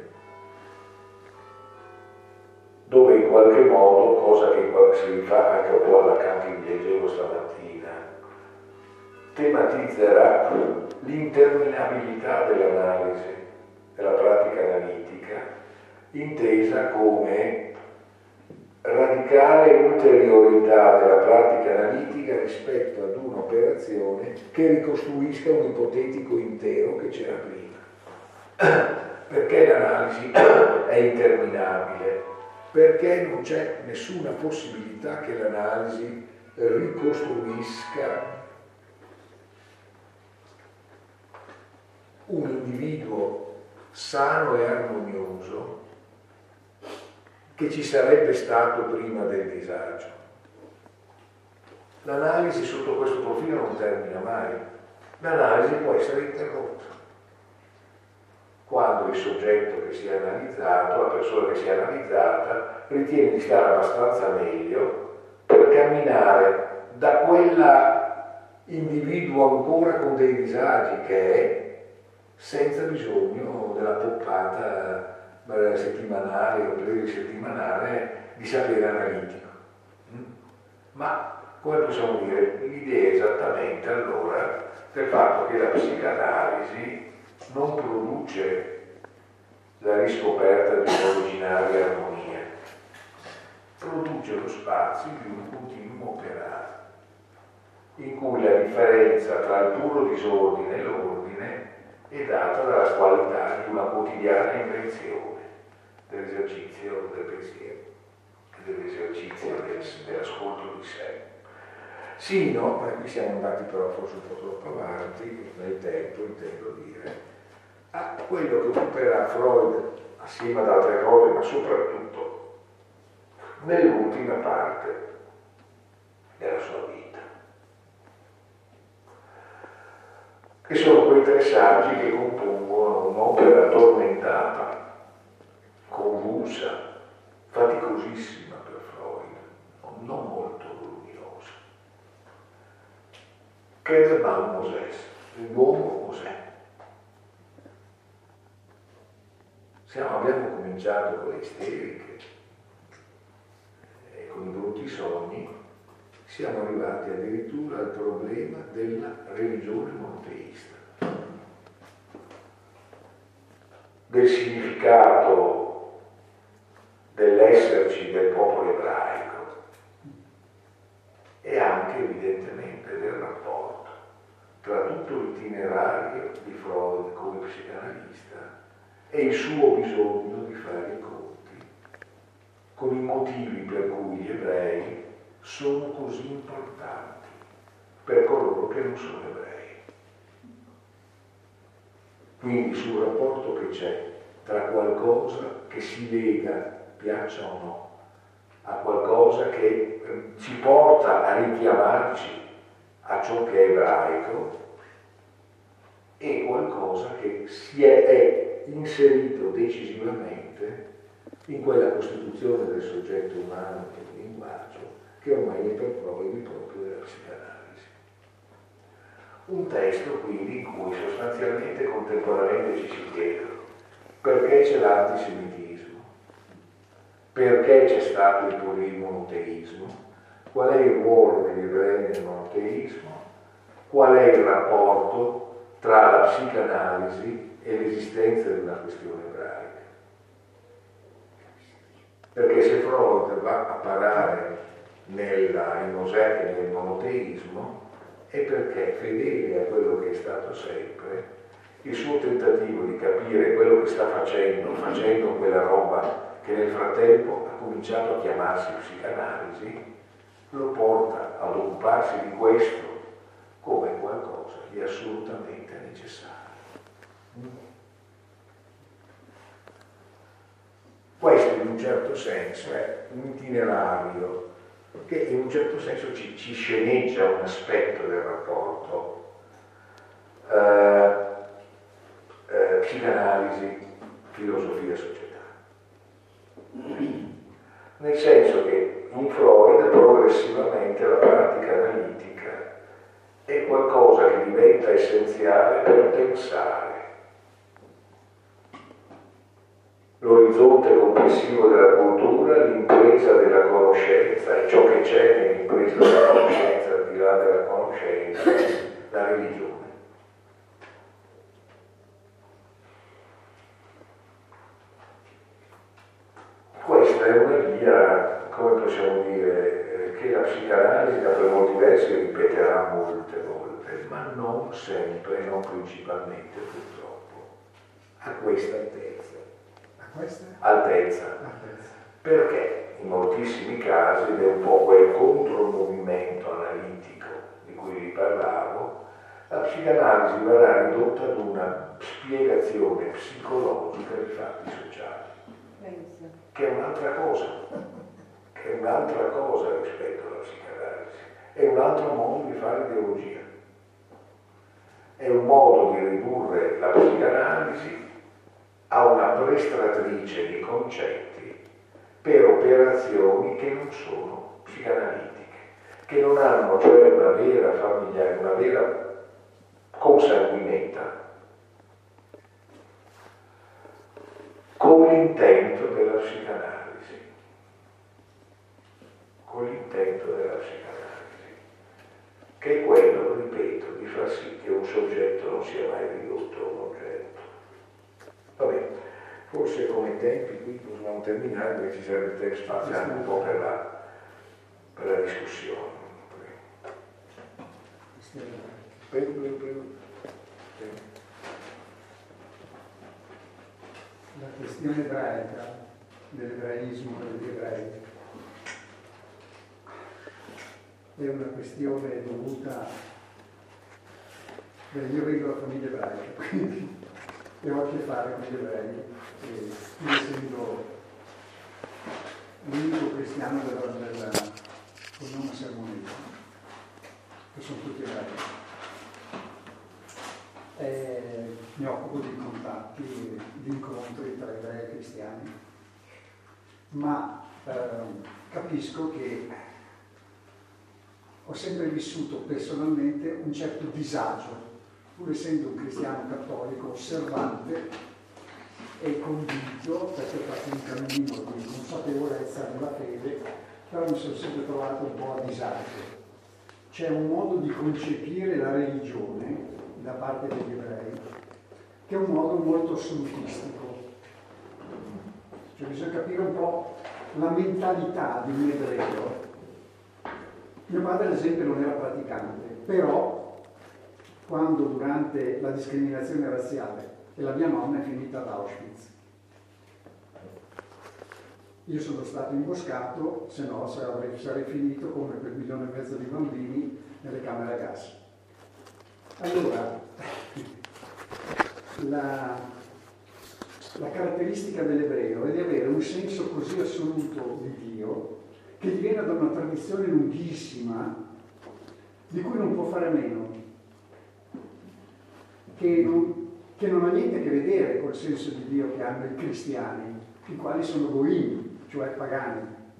dove in qualche modo, cosa che si rifà anche un po' alla Kant che leggevo stamattina, tematizzerà l'interminabilità dell'analisi, della pratica analitica, intesa come radicale ulteriorità della pratica analitica rispetto ad un'operazione che ricostruisca un ipotetico intero che c'era prima. Perché l'analisi è interminabile? perché non c'è nessuna possibilità che l'analisi ricostruisca un individuo sano e armonioso che ci sarebbe stato prima del disagio. L'analisi sotto questo profilo non termina mai. L'analisi può essere interrotta quando il soggetto che si è analizzato, la persona che si è analizzata, ritiene di stare abbastanza meglio per camminare da quella individuo ancora con dei disagi che è, senza bisogno della poppata settimanale o plurisettimanale di sapere analitico. Ma, come possiamo dire, l'idea è esattamente allora del fatto che la psicanalisi non produce la riscoperta di un'originaria armonia, produce lo spazio di un continuo operato, in cui la differenza tra il puro disordine e l'ordine è data dalla qualità di una quotidiana invenzione dell'esercizio del pensiero e dell'esercizio del, dell'ascolto di sé. Sino, ma qui siamo andati però forse un po' troppo avanti nel tempo, intendo dire, a quello che occuperà Freud assieme ad altre cose, ma soprattutto nell'ultima parte della sua vita, che sono quei tre saggi che compongono un'opera tormentata, convulsa, faticosissima per Freud, non molto luminosa. Che è il mal Mosès, l'uomo Mosè. Siamo, abbiamo cominciato con le isteriche e con i brutti sogni, siamo arrivati addirittura al problema della religione monoteista, del significato dell'esserci del popolo ebraico e anche evidentemente del rapporto tra tutto l'itinerario di Freud come psicanalista e il suo bisogno di fare i conti con i motivi per cui gli ebrei sono così importanti per coloro che non sono ebrei. Quindi sul rapporto che c'è tra qualcosa che si lega, piaccia o no, a qualcosa che ci porta a richiamarci a ciò che è ebraico e qualcosa che si è, è inserito decisivamente in quella costituzione del soggetto umano e del linguaggio che ormai è per Freud il proprio della psicanalisi. Un testo quindi in cui sostanzialmente contemporaneamente ci si chiede perché c'è l'antisemitismo, perché c'è stato il polimonoteismo, qual è il ruolo degli ebrei nel monoteismo, qual è il rapporto tra la psicanalisi e l'esistenza di una questione ebraica. Perché se Freud va a parare nella, in Mosè e nel monoteismo è perché, fedele a quello che è stato sempre, il suo tentativo di capire quello che sta facendo, facendo quella roba che nel frattempo ha cominciato a chiamarsi psicanalisi, lo porta ad occuparsi di questo come qualcosa di assolutamente necessario. Questo in un certo senso è un itinerario che in un certo senso ci, ci sceneggia un aspetto del rapporto eh, eh, psicanalisi, filosofia, società. Nel senso che in Freud progressivamente la pratica analitica è qualcosa che diventa essenziale per pensare l'orizzonte complessivo della cultura, l'impresa della conoscenza e ciò che c'è nell'impresa della conoscenza, al di là della conoscenza, la religione. Questa è una via, come possiamo dire, che la psicanalisi da per molti versi ripeterà molte volte, ma non sempre, non principalmente purtroppo, a questa altezza. Questa? Altezza. Altezza. Perché in moltissimi casi, ed è un po' quel contromovimento analitico di cui vi parlavo, la psicanalisi verrà ridotta ad una spiegazione psicologica dei fatti sociali, che è un'altra cosa, che è un'altra cosa rispetto alla psicanalisi, è un altro modo di fare ideologia, è un modo di ridurre la psicanalisi a una prestatrice di concetti per operazioni che non sono psicanalitiche, che non hanno cioè una vera famiglia, una vera consanguinità con l'intento della psicanalisi, con l'intento della psicanalisi, che è quello, ripeto, di far sì che un soggetto non sia mai ridotto a un oggetto. Va bene, forse come tempi qui possiamo terminare perché ci serve spazio anche un po' per la, per la discussione. Prego, prego, prego. La questione ebraica, dell'ebraismo e degli ebrei, è una questione dovuta, beh, io vengo da famiglia ebraica, quindi e ho a che fare con gli ebrei, e io essendo l'unico cristiano della, della cognome Sermoneta, che sono tutti ebrei. E mi occupo di contatti, di incontri tra ebrei e cristiani, ma eh, capisco che ho sempre vissuto personalmente un certo disagio, pur essendo un cristiano cattolico osservante e convinto, perché ho fatto un cammino di consapevolezza nella fede, però mi sono sempre trovato un po' a disagio. C'è un modo di concepire la religione da parte degli ebrei, che è un modo molto assolutistico. Cioè bisogna capire un po' la mentalità di un ebreo. Mio padre, ad esempio, non era praticante, però quando durante la discriminazione razziale e la mia nonna è finita ad Auschwitz, io sono stato imboscato, se no sarei, sarei finito come quel milione e mezzo di bambini nelle camere a gas. Allora, la, la caratteristica dell'ebreo è di avere un senso così assoluto di Dio che viene da una tradizione lunghissima di cui non può fare a meno, che non, che non ha niente a che vedere col senso di Dio che hanno i cristiani, i quali sono goim, cioè pagani,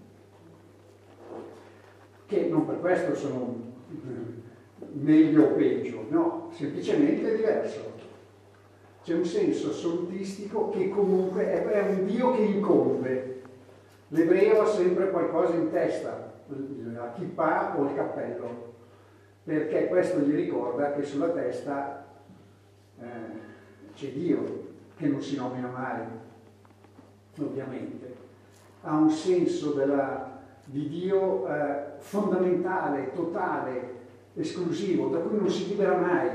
che non per questo sono meglio o peggio, no, semplicemente è diverso. C'è un senso assolutistico che comunque è, è un Dio che incombe. L'ebreo ha sempre qualcosa in testa, la kippah o il cappello, perché questo gli ricorda che sulla testa eh, c'è Dio, che non si nomina mai, ovviamente. Ha un senso della, di Dio eh, fondamentale, totale, esclusivo, da cui non si libera mai,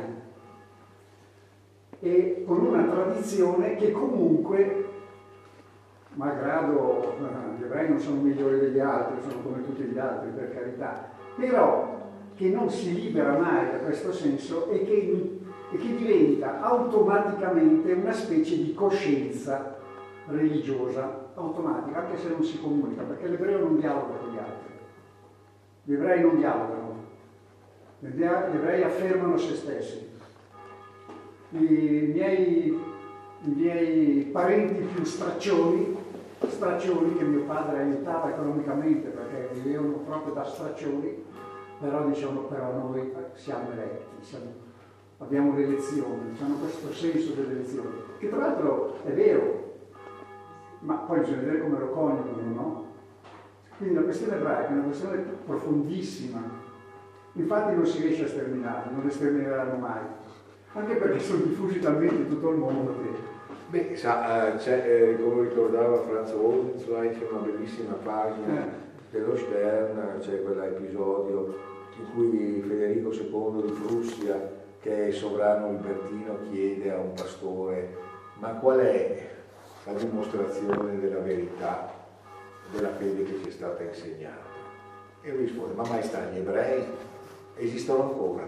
e con una tradizione che comunque, malgrado eh, gli ebrei non sono migliori degli altri, sono come tutti gli altri per carità, però che non si libera mai da questo senso e che, e che diventa automaticamente una specie di coscienza religiosa, automatica, anche se non si comunica, perché l'ebreo non dialoga con gli altri, gli ebrei non dialogano. Gli ebrei affermano se stessi. I miei, i miei parenti più straccioni, straccioni che mio padre aiutava economicamente perché vivevano proprio da straccioni, però diciamo però noi siamo eletti, siamo, abbiamo l'elezione, hanno questo senso dell'elezione, che tra l'altro è vero, ma poi bisogna vedere come lo coniugano, no? Quindi la questione ebraica è una questione profondissima. Infatti non si riesce a sterminare, non le stermineranno mai, anche perché sono diffusi talmente in tutto il mondo che... Beh, sa, c'è, eh, come ricordava Franz Rosenzweig, c'è una bellissima pagina eh. dello Stern, c'è quell'episodio in cui Federico secondo di Prussia, che è il sovrano libertino, chiede a un pastore: ma qual è la dimostrazione della verità? della fede che ci è stata insegnata. E lui risponde, ma maestà, gli ebrei esistono ancora?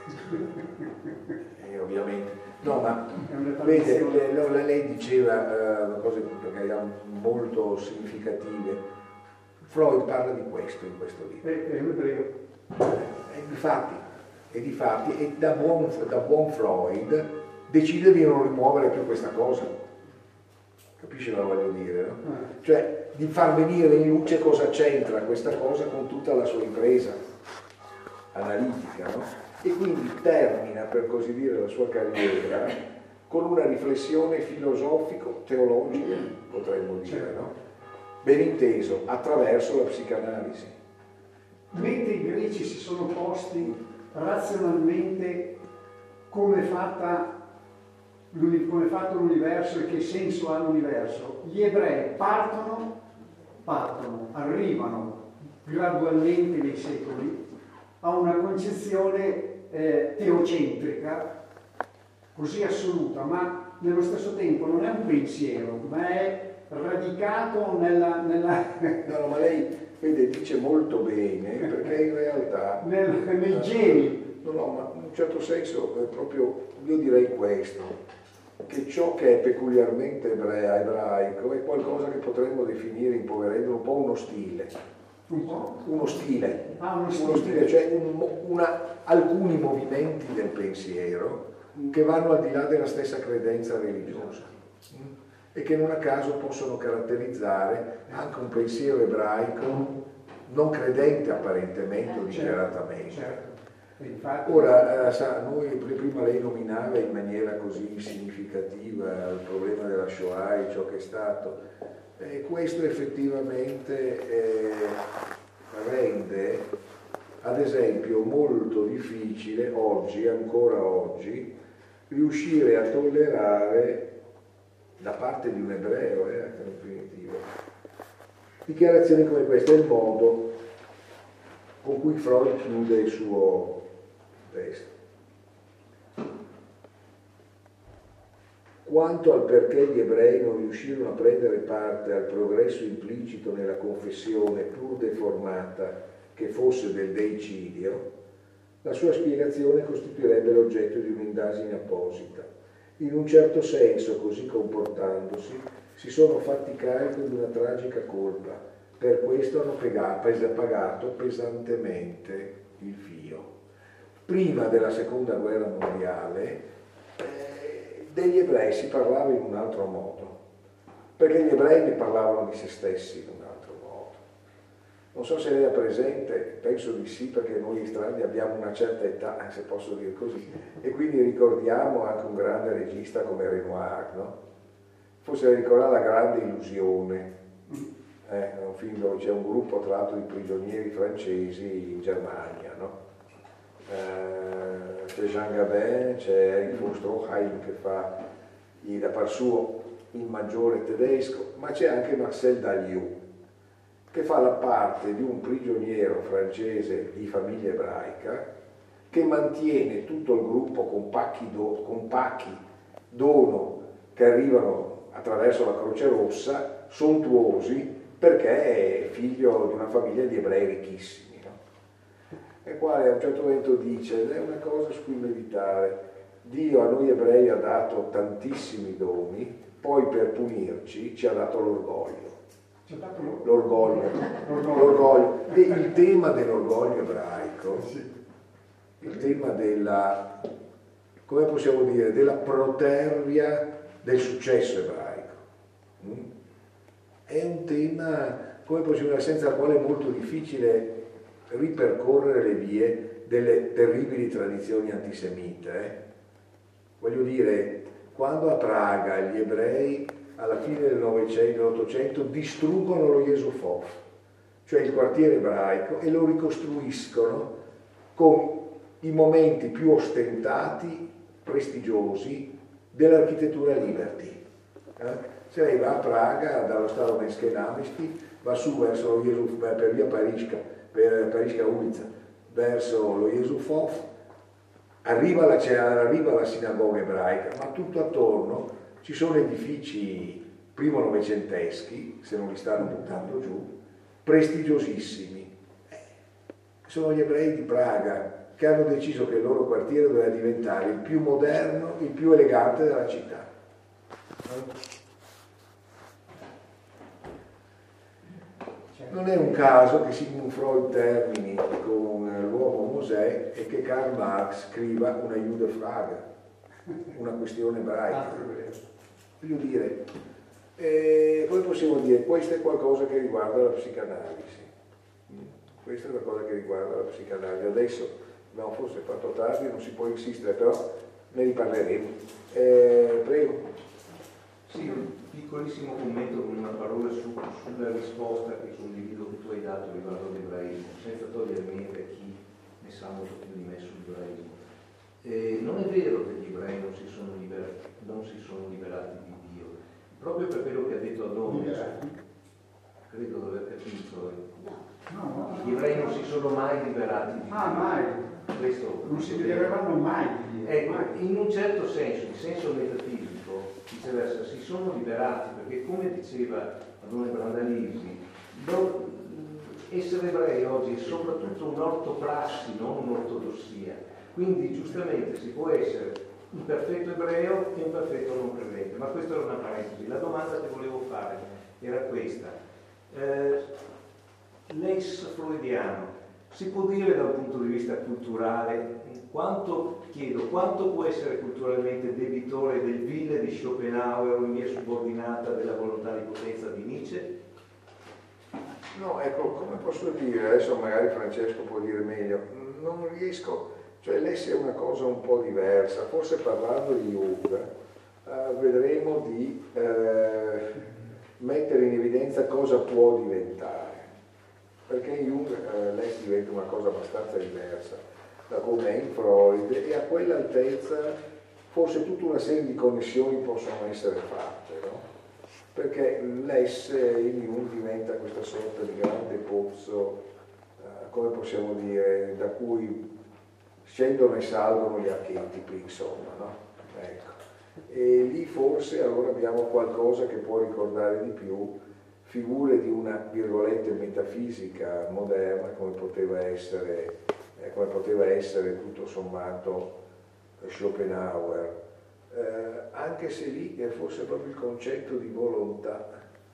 E ovviamente, no, ma vede, le, le, lei diceva uh, cose magari molto significative. Freud parla di questo in questo libro. È un ebreo. E difatti, e difatti, e da buon, da buon Freud decide di non rimuovere più questa cosa. Capisci cosa voglio dire, no? Ah. Cioè, di far venire in luce cosa c'entra questa cosa con tutta la sua impresa analitica, no? E quindi termina, per così dire, la sua carriera con una riflessione filosofico-teologica, potremmo dire, no? Ben inteso, attraverso la psicanalisi. Mentre i greci si sono posti razionalmente come è fatta come è fatto l'universo e che senso ha l'universo, gli ebrei partono, partono, arrivano gradualmente nei secoli a una concezione eh, teocentrica così assoluta, ma nello stesso tempo non è un pensiero, ma è radicato nella... nella no, no, ma lei vede, dice molto bene, perché in realtà... nel, nei geni. No, no, ma in un certo senso è proprio, io direi questo, che ciò che è peculiarmente ebrea, ebraico è qualcosa che potremmo definire, impoverendo un po' uno stile. Un po'? Uno stile. Ah, uno stile. Uno stile, cioè un, una, alcuni movimenti del pensiero che vanno al di là della stessa credenza religiosa e che non a caso possono caratterizzare anche un pensiero ebraico non credente apparentemente o dichiaratamente. Certo. Infatti, ora, sa, noi prima lei nominava in maniera così significativa il problema della Shoah e ciò che è stato, e questo effettivamente eh, rende, ad esempio, molto difficile oggi, ancora oggi, riuscire a tollerare da parte di un ebreo, eh, anche in definitivo, dichiarazioni come queste, è il modo con cui Freud chiude il suo testo. Quanto al perché gli ebrei non riuscirono a prendere parte al progresso implicito nella confessione pur deformata che fosse del deicidio, la sua spiegazione costituirebbe l'oggetto di un'indagine apposita. In un certo senso, così comportandosi, si sono fatti carico di una tragica colpa, per questo hanno pagato pesantemente il fio. Prima della seconda guerra mondiale eh, degli ebrei si parlava in un altro modo, perché gli ebrei ne parlavano di se stessi in un altro modo. Non so se lei è presente, penso di sì, perché noi strani abbiamo una certa età, se posso dire così, e quindi ricordiamo anche un grande regista come Renoir, no? Forse ricorda La grande illusione, eh, è un film dove c'è un gruppo tra l'altro di prigionieri francesi in Germania, no? Uh, c'è Jean Gabin, c'è Eric von Stroheim che fa da par suo il maggiore tedesco, ma c'è anche Marcel Daliou che fa la parte di un prigioniero francese di famiglia ebraica che mantiene tutto il gruppo con pacchi, do, con pacchi dono che arrivano attraverso la Croce Rossa, sontuosi, perché è figlio di una famiglia di ebrei ricchissimi. E quale a un certo momento dice, è una cosa su cui meditare, Dio a noi ebrei ha dato tantissimi doni, poi per punirci ci ha dato l'orgoglio. L'orgoglio, l'orgoglio. E il tema dell'orgoglio ebraico, il tema della, come possiamo dire, della protervia del successo ebraico, è un tema, come possiamo dire, senza il quale è molto difficile ripercorrere le vie delle terribili tradizioni antisemite. Eh? Voglio dire, quando a Praga gli ebrei alla fine del Novecento, dell'Ottocento distruggono lo Yesufov, cioè il quartiere ebraico, e lo ricostruiscono con i momenti più ostentati, prestigiosi dell'architettura liberty. Eh? Se lei va a Praga, dallo Staromenske Namisti, va su verso lo Yesufov, per via Parisca, per Parisca Ulica, verso lo Yesufov, arriva la, arriva la sinagoga ebraica, ma tutto attorno ci sono edifici primo novecenteschi, se non li stanno buttando giù, prestigiosissimi. Sono gli ebrei di Praga che hanno deciso che il loro quartiere doveva diventare il più moderno, il più elegante della città. Non è un caso che Sigmund Freud termini con l'uomo Mosè e che Karl Marx scriva una Judefrage, una questione ebraica. Voglio dire, eh, come possiamo dire, questo è qualcosa che riguarda la psicanalisi. Questo è qualcosa che riguarda la psicanalisi. Adesso abbiamo forse fatto tardi, non si può insistere, però ne riparleremo. Eh, prego. Sì, un piccolissimo commento con una parola su, sulla risposta che sull'individuo che tu hai dato riguardo all'ebraismo, senza togliere niente a chi ne sa molto più di me sull'ebraismo. Eh, non è vero che gli ebrei non si sono liberati, non si sono liberati di Dio, proprio per quello che ha detto Adonis, credo di aver capito. Gli ebrei non si sono mai liberati di Dio. Ah, mai. Questo non si libereranno mai di Dio. Ecco, in un certo senso, in senso metafisico, viceversa, si sono liberati, perché come diceva Adone Brandalisi, essere ebrei oggi è soprattutto un'ortoprassi, non un'ortodossia. Quindi giustamente si può essere un perfetto ebreo e un perfetto non credente, ma questa era una parentesi. La domanda che volevo fare era questa. Eh, l'es freudiano, si può dire dal punto di vista culturale, quanto, chiedo, quanto può essere culturalmente debitore del Wille di Schopenhauer o in via subordinata della volontà di potenza di Nietzsche? No, ecco, come posso dire, adesso magari Francesco può dire meglio, non riesco, cioè l'esse è una cosa un po' diversa, forse parlando di Jung eh, vedremo di eh, mettere in evidenza cosa può diventare, perché in Jung eh, l'esse diventa una cosa abbastanza diversa da come è in Freud e a quell'altezza forse tutta una serie di connessioni possono essere fatte, no? Perché l'esse in Jung diventa questa sorta di grande pozzo, eh, come possiamo dire, da cui scendono e salgono gli archetipi, insomma, no? Ecco. E lì forse allora abbiamo qualcosa che può ricordare di più figure di una, virgolette, metafisica moderna, come poteva essere, eh, come poteva essere tutto sommato Schopenhauer. Eh, anche se lì è forse proprio il concetto di volontà,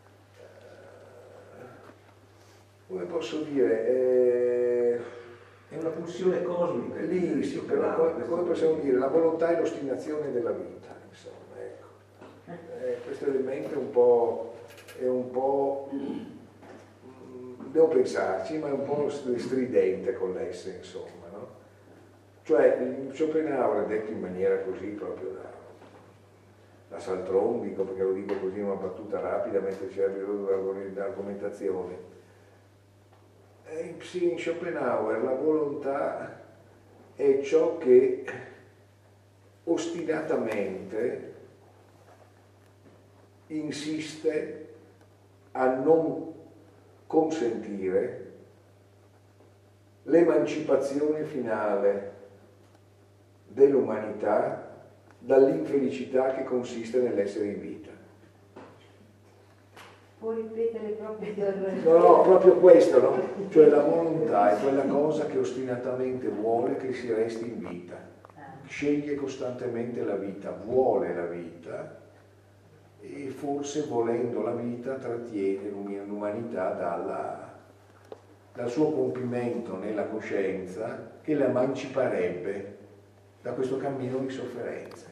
eh, come posso dire, eh, è una pulsione cosmica. Lì, sì, però come, come possiamo dire, la volontà è l'ostinazione della vita, insomma, ecco. Eh, questo elemento è un po', è un po', devo pensarci, ma è un po' stridente con l'esse, insomma, no? Cioè, Schopenhauer è detto in maniera così proprio da, da Saltron, dico perché lo dico così in una battuta rapida mentre c'è l'argomentazione. In, in Schopenhauer la volontà è ciò che ostinatamente insiste a non consentire l'emancipazione finale dell'umanità dall'infelicità che consiste nell'essere in vita. Può ripetere proprio per... No, no, proprio questo, no? Cioè la volontà è quella cosa che ostinatamente vuole che si resti in vita, sceglie costantemente la vita, vuole la vita e forse volendo la vita trattiene l'umanità dalla, dal suo compimento nella coscienza che la emanciperebbe da questo cammino di sofferenze.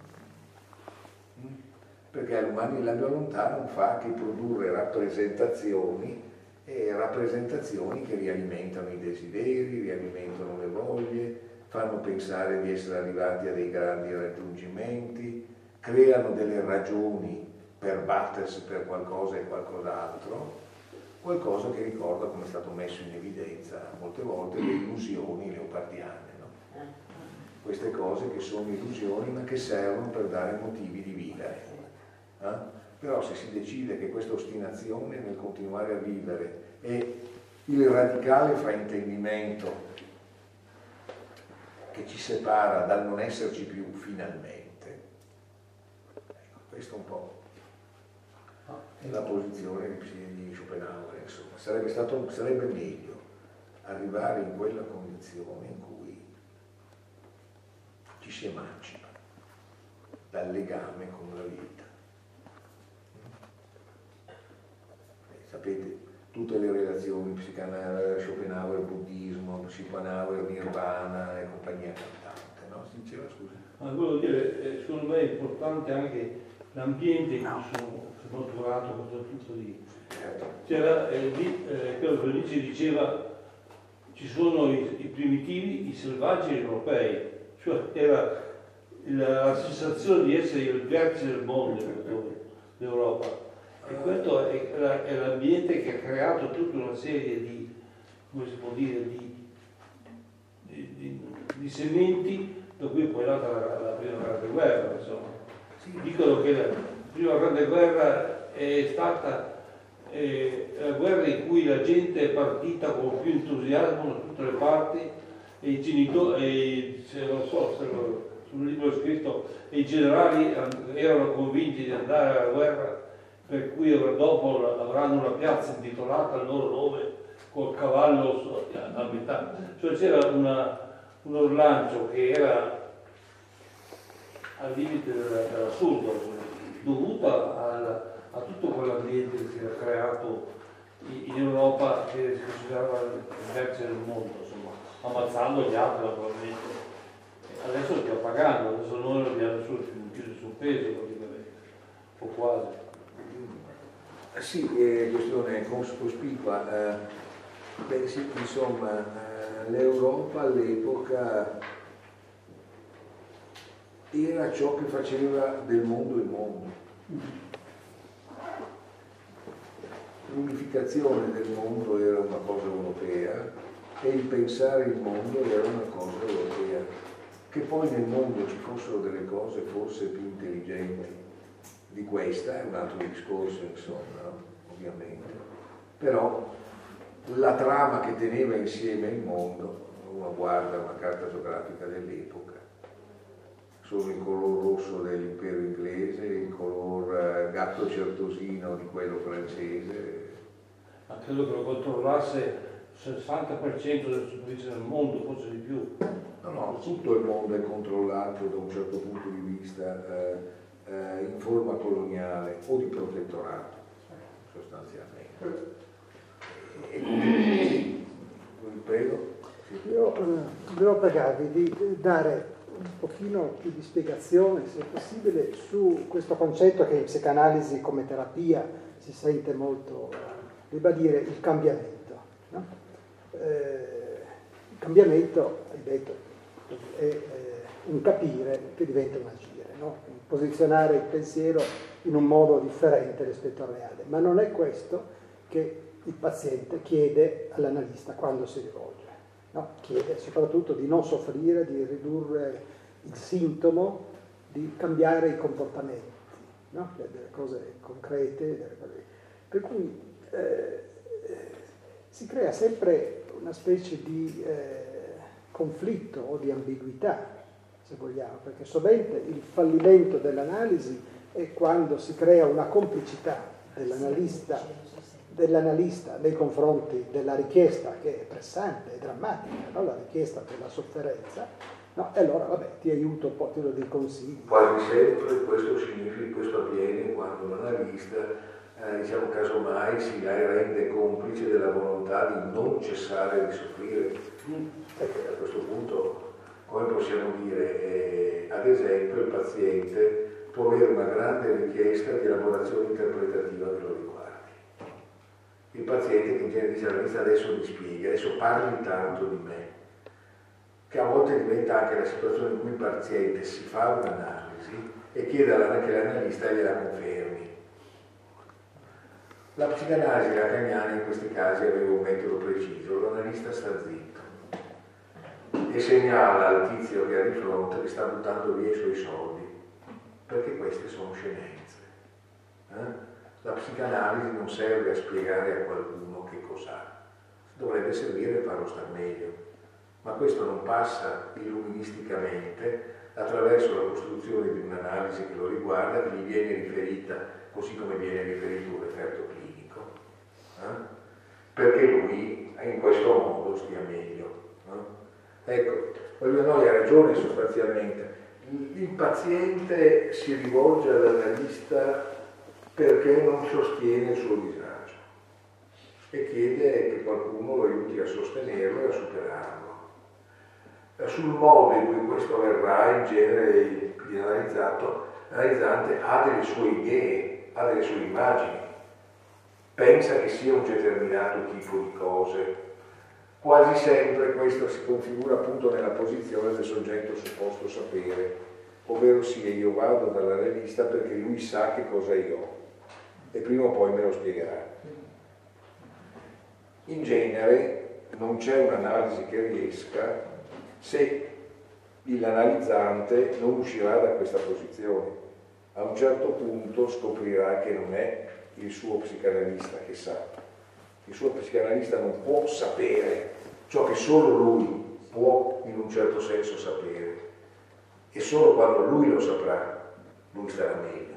Perché l'umano la volontà non fa che produrre rappresentazioni e rappresentazioni che rialimentano i desideri, rialimentano le voglie, fanno pensare di essere arrivati a dei grandi raggiungimenti, creano delle ragioni per battersi per qualcosa e qualcos'altro, qualcosa che ricorda, come è stato messo in evidenza molte volte, le illusioni leopardiane, no? Queste cose che sono illusioni ma che servono per dare motivi di vivere. Eh? Però se si decide che questa ostinazione nel continuare a vivere è il radicale fraintendimento che ci separa dal non esserci più finalmente, ecco, questo un po'. la posizione di, di Schopenhauer, insomma. Sarebbe, stato, sarebbe meglio arrivare in quella condizione in cui ci si emancipa dal legame con la vita. E sapete, tutte le relazioni, psicanalisi, Schopenhauer, buddismo, Schopenhauer, nirvana e compagnia cantante, no? Si diceva, scusa? Ma volevo dire, eh, secondo me è importante anche l'ambiente in cui sono, sono maturato questo tipo di... C'era, eh, lì, eh, quello che Nietzsche diceva, ci sono i, i primitivi, i selvaggi e gli europei, cioè era la, la sensazione di essere il vertice del mondo, l'Europa. E questo è, è l'ambiente che ha creato tutta una serie di, come si può dire, di, di, di, di sementi da cui poi è nata la, la prima grande guerra, insomma. Dicono che la prima grande guerra è stata eh, la guerra in cui la gente è partita con più entusiasmo da tutte le parti e i genitori, se non so se lo, sul libro è scritto, e i generali erano convinti di andare alla guerra, per cui dopo avranno una piazza intitolata al loro nome col cavallo a metà. Cioè c'era una, un orlancio che era al limite dell'assurdo, dovuto al, a tutto quell'ambiente che si era creato in Europa, che si considerava il vertice del mondo, insomma, ammazzando gli altri naturalmente. Adesso lo stiamo pagando, adesso noi lo abbiamo chiuso sul peso praticamente, o quasi. Sì, è questione cospicua. Eh, beh, sì, insomma, eh, l'Europa all'epoca era ciò che faceva del mondo il mondo. L'unificazione del mondo era una cosa europea e il pensare il mondo era una cosa europea. Che poi nel mondo ci fossero delle cose forse più intelligenti di questa è un altro discorso, insomma, no? Ovviamente. Però la trama che teneva insieme il mondo, uno guarda una carta geografica dell'epoca, sono il color rosso dell'impero inglese, il color gatto certosino di quello francese. Ma credo che lo controllasse il sessanta per cento delle superficie del mondo, forse di più. No, no, tutto il mondo è controllato da un certo punto di vista eh, eh, in forma coloniale o di protettorato, sostanzialmente. E quindi, prego. Io eh, volevo pregarvi di dare un pochino più di spiegazione, se possibile, su questo concetto che in psicanalisi come terapia si sente molto ribadire, il cambiamento. No? Eh, il cambiamento, hai detto, è eh, un capire che diventa un agire, no? Un posizionare il pensiero in un modo differente rispetto al reale, ma non è questo che il paziente chiede all'analista quando si rivolge, no? Chiede soprattutto di non soffrire, di ridurre il sintomo, di cambiare i comportamenti, no? Delle cose concrete, delle cose... per cui eh, si crea sempre una specie di eh, conflitto o di ambiguità, se vogliamo, perché sovente il fallimento dell'analisi è quando si crea una complicità dell'analista, dell'analista nei confronti della richiesta che è pressante, è drammatica, no? La richiesta per la sofferenza, no? E allora vabbè, ti aiuto un po', ti do dei consigli. Quasi sempre questo significa, questo avviene quando l'analista Eh, diciamo casomai si rende complice della volontà di non cessare di soffrire. Perché a questo punto, come possiamo dire, eh, ad esempio il paziente può avere una grande richiesta di elaborazione interpretativa che lo riguardi. Il paziente che in genere dice all'inizio adesso mi spieghi, adesso parli tanto di me, che a volte diventa anche la situazione in cui il paziente si fa un'analisi e chiede che l'analista gliela confermi. La psicanalisi lacaniana in questi casi aveva un metodo preciso, l'analista sta zitto e segnala al tizio che ha di fronte che sta buttando via i suoi soldi, perché queste sono scemenze. Eh? La psicanalisi non serve a spiegare a qualcuno che cos'ha, dovrebbe servire a farlo star meglio, ma questo non passa illuministicamente attraverso la costruzione di un'analisi che lo riguarda, che gli viene riferita così come viene riferito un referto clinico, eh? perché lui in questo modo stia meglio. Eh? Ecco, noi ha ragione sostanzialmente. Il paziente si rivolge all'analista perché non sostiene il suo disagio e chiede che qualcuno lo aiuti a sostenerlo e a superarlo. Sul modo in cui questo avverrà, in genere l'analizzato, l'analizzante ha delle sue idee, ha delle sue immagini, pensa che sia un determinato tipo di cose. Quasi sempre questo si configura appunto nella posizione del soggetto supposto sapere, ovvero sia io vado dall'analista perché lui sa che cosa io ho e prima o poi me lo spiegherà. In genere non c'è un'analisi che riesca se l'analizzante non uscirà da questa posizione. A un certo punto scoprirà che non è il suo psicanalista che sa. Il suo psicanalista non può sapere ciò che solo lui può in un certo senso sapere, e solo quando lui lo saprà lui starà meglio.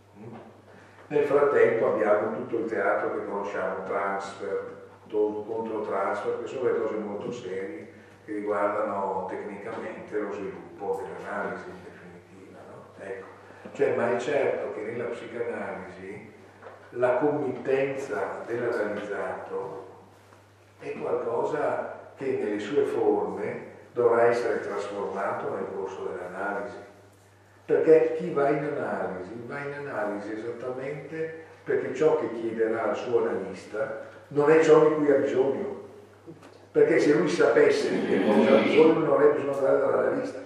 Nel frattempo abbiamo tutto il teatro che conosciamo, transfer, controtransfer, che sono le cose molto serie che riguardano tecnicamente lo sviluppo dell'analisi in definitiva, no? Ecco. Cioè, ma è certo che nella psicanalisi la committenza dell'analizzato è qualcosa che nelle sue forme dovrà essere trasformato nel corso dell'analisi. Perché chi va in analisi, va in analisi esattamente perché ciò che chiederà al suo analista non è ciò di cui ha bisogno. Perché se lui sapesse che cosa ha bisogno non avrebbe bisogno di andare dall'analista.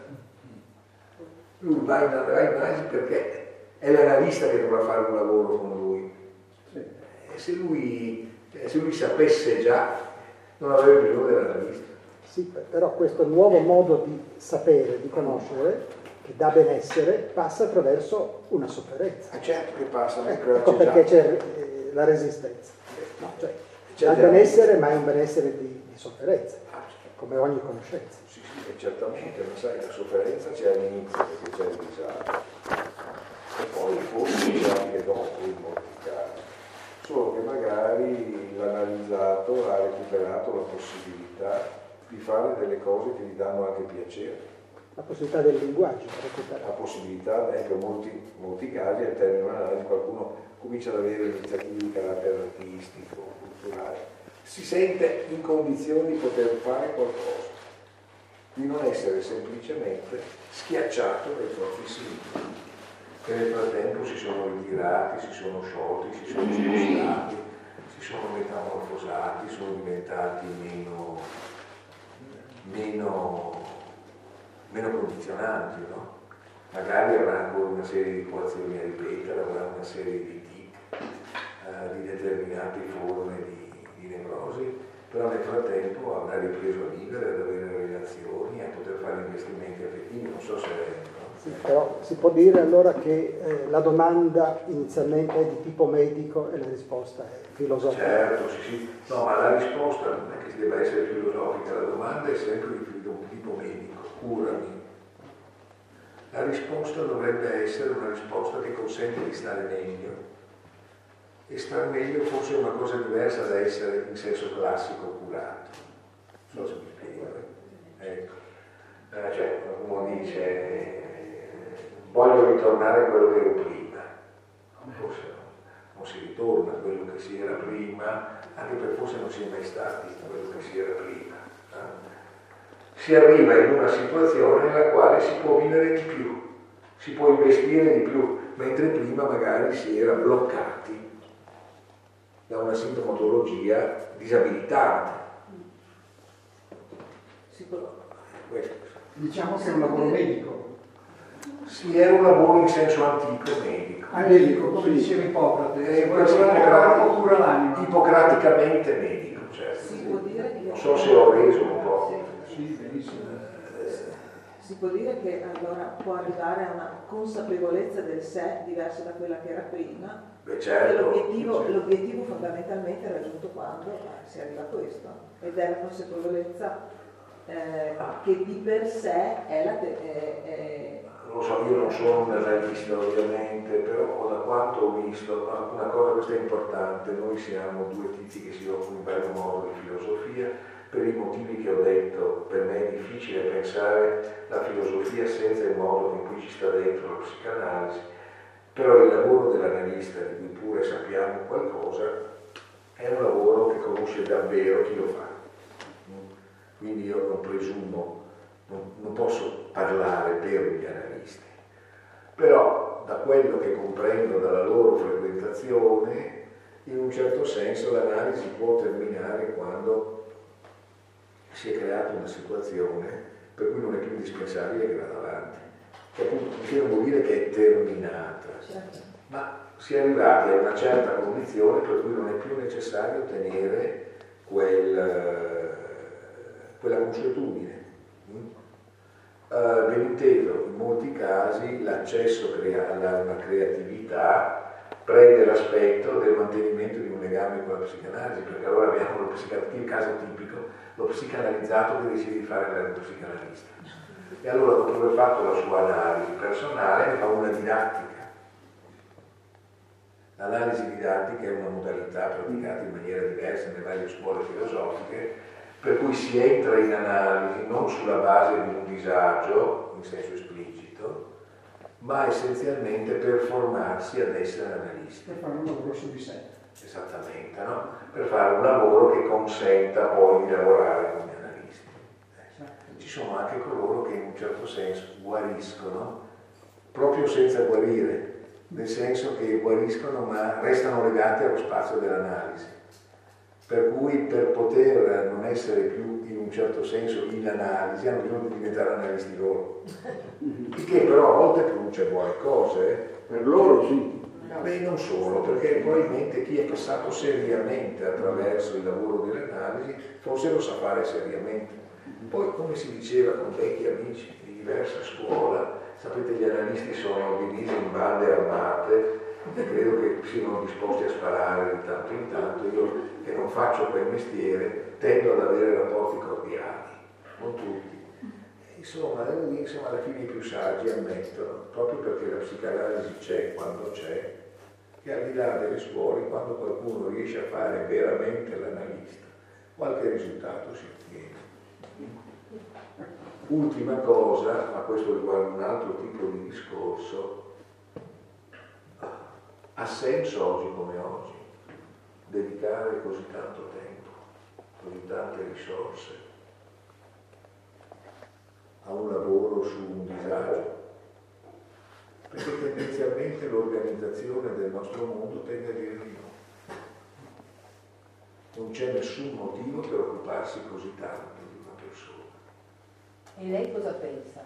Lui va in, va in analisi perché è l'analista che dovrà fare un lavoro con lui. E se lui, se lui sapesse già, non avrebbe bisogno dell'analista. Sì, però questo nuovo modo di sapere, di conoscere, che dà benessere, passa attraverso una sofferenza. Ah, certo che passa, ecco, ecco perché c'è eh, la resistenza. No, cioè, c'è il benessere, ma è un benessere di, di sofferenza, come ogni conoscenza. Sì, sì, certamente, ma sai, la sofferenza c'è all'inizio perché c'è il disagio. E poi forse c'è anche dopo in molti casi. Solo che magari l'analizzato ha recuperato la possibilità di fare delle cose che gli danno anche piacere. La possibilità del linguaggio. La possibilità, ecco, in molti, molti casi al termine dell'analisi qualcuno comincia ad avere iniziative di carattere artistico, culturale, si sente in condizioni di poter fare qualcosa, di non essere semplicemente schiacciato dai propri sintomi, che nel frattempo si sono ritirati, si sono sciolti, si sono spostati, si sono metamorfosati, sono diventati meno, meno, meno condizionanti, no? Magari avrà ancora una serie di equazioni a ripetere, avrà una serie di tic, eh, di determinate forme di, di nevrosi, però nel frattempo avrà ripreso a vivere, ad avere relazioni, a poter fare investimenti affettivi, non so se è... No? Sì, però si può dire allora che eh, la domanda inizialmente è di tipo medico e la risposta è filosofica. Certo, sì, sì. No, ma la risposta non è che debba essere filosofica, la domanda è sempre di tipo medico, curami. La risposta dovrebbe essere una risposta che consente di stare meglio. E stare meglio forse è una cosa diversa da essere in senso classico curato. Non so se mi spiego. Eh? Ecco. Eh, cioè, uno dice, eh, voglio ritornare a quello che ero prima. Forse no. Non si ritorna a quello che si era prima, anche perché forse non si è mai stati quello che si era prima. Eh? Si arriva in una situazione nella quale si può vivere di più, si può investire di più, mentre prima magari si era bloccati da una sintomatologia disabilitante. Diciamo che è un lavoro medico. Sì, è un lavoro in senso antico medico. Ah, medico, come sì. Diceva Ippocrate, è questo ipocratico cura l'anima. Ipocraticamente medico, certo. Si può dire che non so se ho reso un po'. Sì, benissimo. Si può dire che allora può arrivare a una consapevolezza del sé diversa da quella che era prima. Beh, certo, l'obiettivo, certo. l'obiettivo fondamentalmente è raggiunto quando si arriva a questo, ed è la consapevolezza eh, che di per sé è la, te- è, è, non lo so, io non sono un analista ovviamente, però da quanto ho visto, una cosa, questa è importante, noi siamo due tipi che si occupano in vario modo di filosofia, per i motivi che ho detto. Per me è difficile pensare la filosofia senza il modo in cui ci sta dentro la psicanalisi, però il lavoro dell'analista, di cui pure sappiamo qualcosa, è un lavoro che conosce davvero chi lo fa. Quindi io non presumo, non, non posso parlare per gli analisti, però da quello che comprendo dalla loro frequentazione, in un certo senso l'analisi può terminare quando si è creata una situazione per cui non è più indispensabile che vada avanti, che appunto non vuol dire che è terminata, ma si è arrivati a una certa condizione per cui non è più necessario tenere quel, quella consuetudine. Uh, ben inteso, in molti casi l'accesso crea- alla creatività prende l'aspetto del mantenimento di un legame con la psicanalisi, perché allora abbiamo lo psicanalista, il caso tipico, lo psicanalizzato che decide di fare lo psicanalista. E allora, dopo aver fatto la sua analisi personale, ne fa una didattica. L'analisi didattica è una modalità praticata in maniera diversa nelle varie scuole filosofiche, per cui si entra in analisi non sulla base di un disagio, in senso esplicito, ma essenzialmente per formarsi ad essere analisti. Per fare un lavoro su di sé. Esattamente, no? Per fare un lavoro che consenta poi di lavorare come analisti. Ci sono anche coloro che in un certo senso guariscono proprio senza guarire, nel senso che guariscono ma restano legati allo spazio dell'analisi. Per cui per poter non essere più in un certo senso in analisi hanno bisogno di diventare analisti loro. Il che però a volte produce buone cose. Eh? Per loro sì. Beh, non solo, perché probabilmente chi è passato seriamente attraverso il lavoro dell'analisi forse lo sa fare seriamente. Poi, come si diceva con vecchi amici di diversa scuola, sapete, gli analisti sono divisi in bande armate e credo che siano disposti a sparare di tanto in tanto. Io, che non faccio quel mestiere, tendo ad avere rapporti cordiali, non tutti. Insomma, insomma, alla fine i più saggi ammettono, proprio perché la psicanalisi c'è quando c'è, che al di là delle scuole, quando qualcuno riesce a fare veramente l'analista, qualche risultato si ottiene. Ultima cosa, ma questo riguarda un altro tipo di discorso, ha senso oggi come oggi dedicare così tanto tempo, così tante risorse a un lavoro su un disagio? Perché tendenzialmente l'organizzazione del nostro mondo tende a dire di no. Non c'è nessun motivo per occuparsi così tanto di una persona. E lei cosa pensa?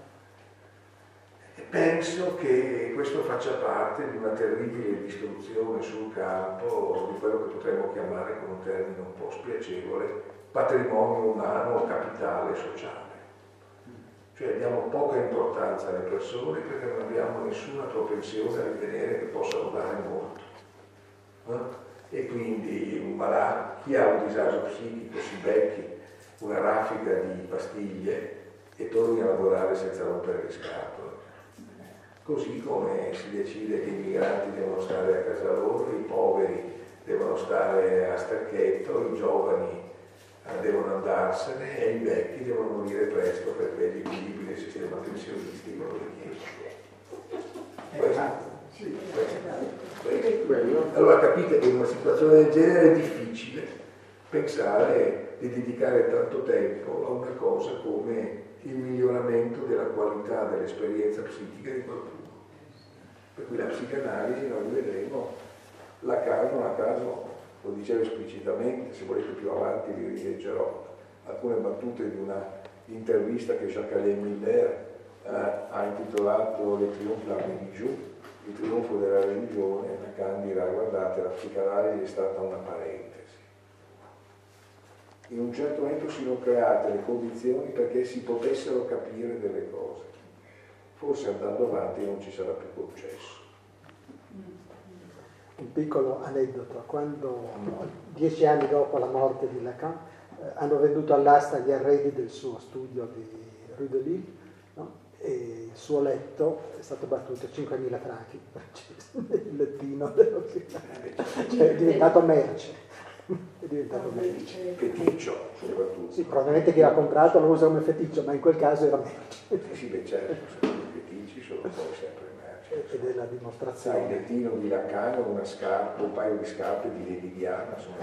Penso che questo faccia parte di una terribile distruzione sul campo di quello che potremmo chiamare, con un termine un po' spiacevole, patrimonio umano o capitale sociale. Cioè diamo poca importanza alle persone perché non abbiamo nessuna propensione a ritenere che possano dare molto. Eh? E quindi un malato, chi ha un disagio psichico si becchi una raffica di pastiglie e torni a lavorare senza rompere le scatole. Così come si decide che i migranti devono stare a casa loro, i poveri devono stare a stacchetto, i giovani devono andarsene e i vecchi devono morire presto perché gli equilibri del sistema pensionistico lo richiedono. Sì, allora capite che in una situazione del genere è difficile pensare di dedicare tanto tempo a una cosa come il miglioramento della qualità dell'esperienza psichica di qualcuno. Per cui la psicanalisi, noi vedremo, la caso, non a caso, lo dicevo esplicitamente, se volete più avanti vi rileggerò alcune battute di una intervista che Jacques-Alain Miller eh, ha intitolato Le trionfo della religione, il trionfo della religione. Lacan dirà: guardate, la psicanalisi è stata una parentesi. In un certo momento si sono create le condizioni perché si potessero capire delle cose. Forse andando avanti non ci sarà più concesso. Un piccolo aneddoto: quando dieci anni dopo la morte di Lacan eh, hanno venduto all'asta gli arredi del suo studio di Rue de Lille, no? e il suo letto è stato battuto cinquemila franchi il lettino dello cioè è diventato merce è diventato merce feticcio soprattutto sì, probabilmente chi l'ha comprato lo usa come feticcio, ma in quel caso era merce sì, beh, certo, i feticci sono poi sempre merce ed è la dimostrazione il lettino di Lacan, una scarpa, un paio di scarpe di Lady Diana sono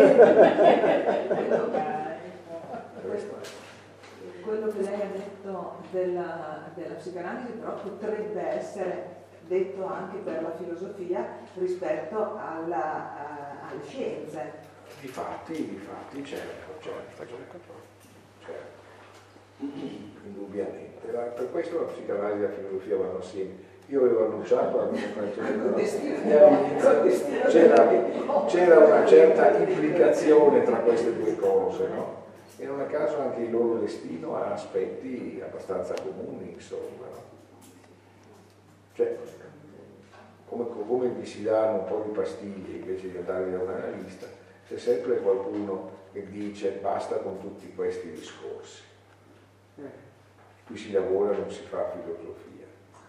questo quello che lei ha detto della, della psicanalisi però potrebbe essere detto anche per la filosofia rispetto alla, a, alle scienze. Difatti, difatti, certo, certo, certo, certo. Indubbiamente. Per questo la psicanalisi e la filosofia vanno assieme. Io avevo annunciato all'inizio c'era, c'era una certa implicazione tra queste due cose, no? E non a caso anche il loro destino ha aspetti abbastanza comuni, insomma, no? Cioè, come, come vi si danno un po' di pastiglie invece di andare da un analista, c'è sempre qualcuno che dice basta con tutti questi discorsi. Qui si lavora, non si fa filosofia.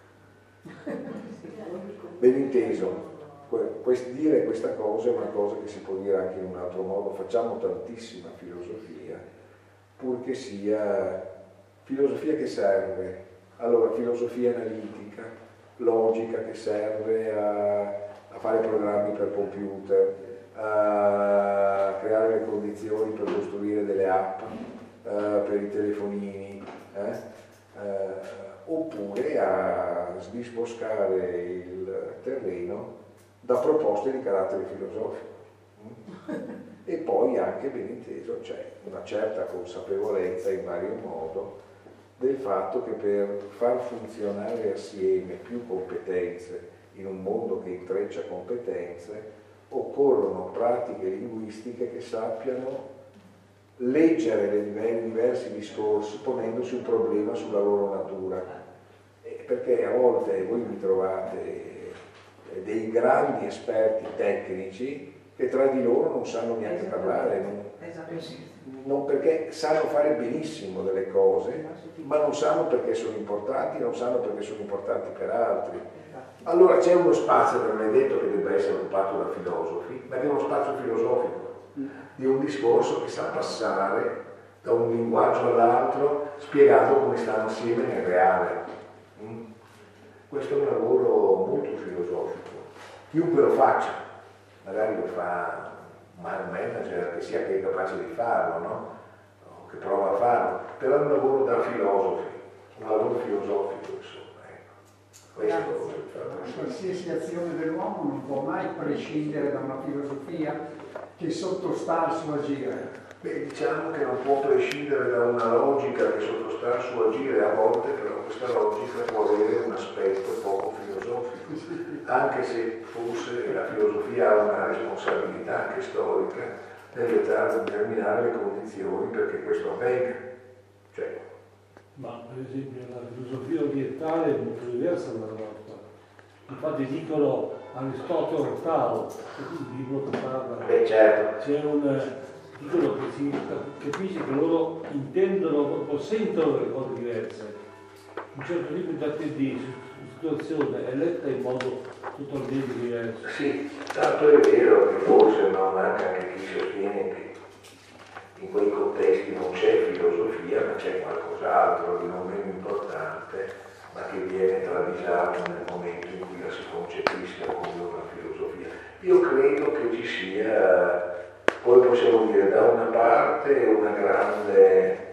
Ben inteso, dire questa cosa è una cosa che si può dire anche in un altro modo, facciamo tantissima filosofia, purché sia filosofia che serve, allora filosofia analitica, logica che serve a, a fare programmi per computer, a creare le condizioni per costruire delle app uh, per i telefonini, eh? uh, oppure a sboscare il terreno da proposte di carattere filosofico. E poi anche, ben inteso, c'è una certa consapevolezza in vario modo del fatto che per far funzionare assieme più competenze in un mondo che intreccia competenze occorrono pratiche linguistiche che sappiano leggere i diversi discorsi ponendosi un problema sulla loro natura. Perché a volte voi vi trovate dei grandi esperti tecnici che tra di loro non sanno neanche parlare, non, non perché sanno fare benissimo delle cose, ma non sanno perché sono importanti, non sanno perché sono importanti per altri. Allora c'è uno spazio che non è detto che debba essere occupato da filosofi, ma è uno spazio filosofico, di un discorso che sa passare da un linguaggio all'altro, spiegato come stanno assieme nel reale. Questo è un lavoro molto filosofico, chiunque lo faccia, magari lo fa un manager che sia che è capace di farlo, no? O che prova a farlo, però è un lavoro da filosofi, un lavoro filosofico, insomma. Ecco. Questo qualsiasi azione dell'uomo non può mai prescindere da una filosofia che sottostà al suo agire. Beh, diciamo che non può prescindere da una logica che sottostà al suo agire, a volte però questa logica può avere un aspetto poco filosofico, anche se forse la filosofia ha una responsabilità anche storica nel determinare le condizioni perché questo avvenga. Cioè, ma per esempio la filosofia orientale è molto diversa dalla nostra. Infatti dicono Aristotele o Tao, il libro che parla. Beh, certo. C'è un dicono che si capisce che loro intendono o sentono le cose diverse. Un certo tipo di situazione è letta in modo totalmente diverso. Sì, tanto è vero che forse non manca anche chi sostiene che in quei contesti non c'è filosofia, ma c'è qualcos'altro di non meno importante, ma che viene travisato nel momento in cui la si concepisce come una filosofia. Io credo che ci sia, poi possiamo dire, da una parte una grande,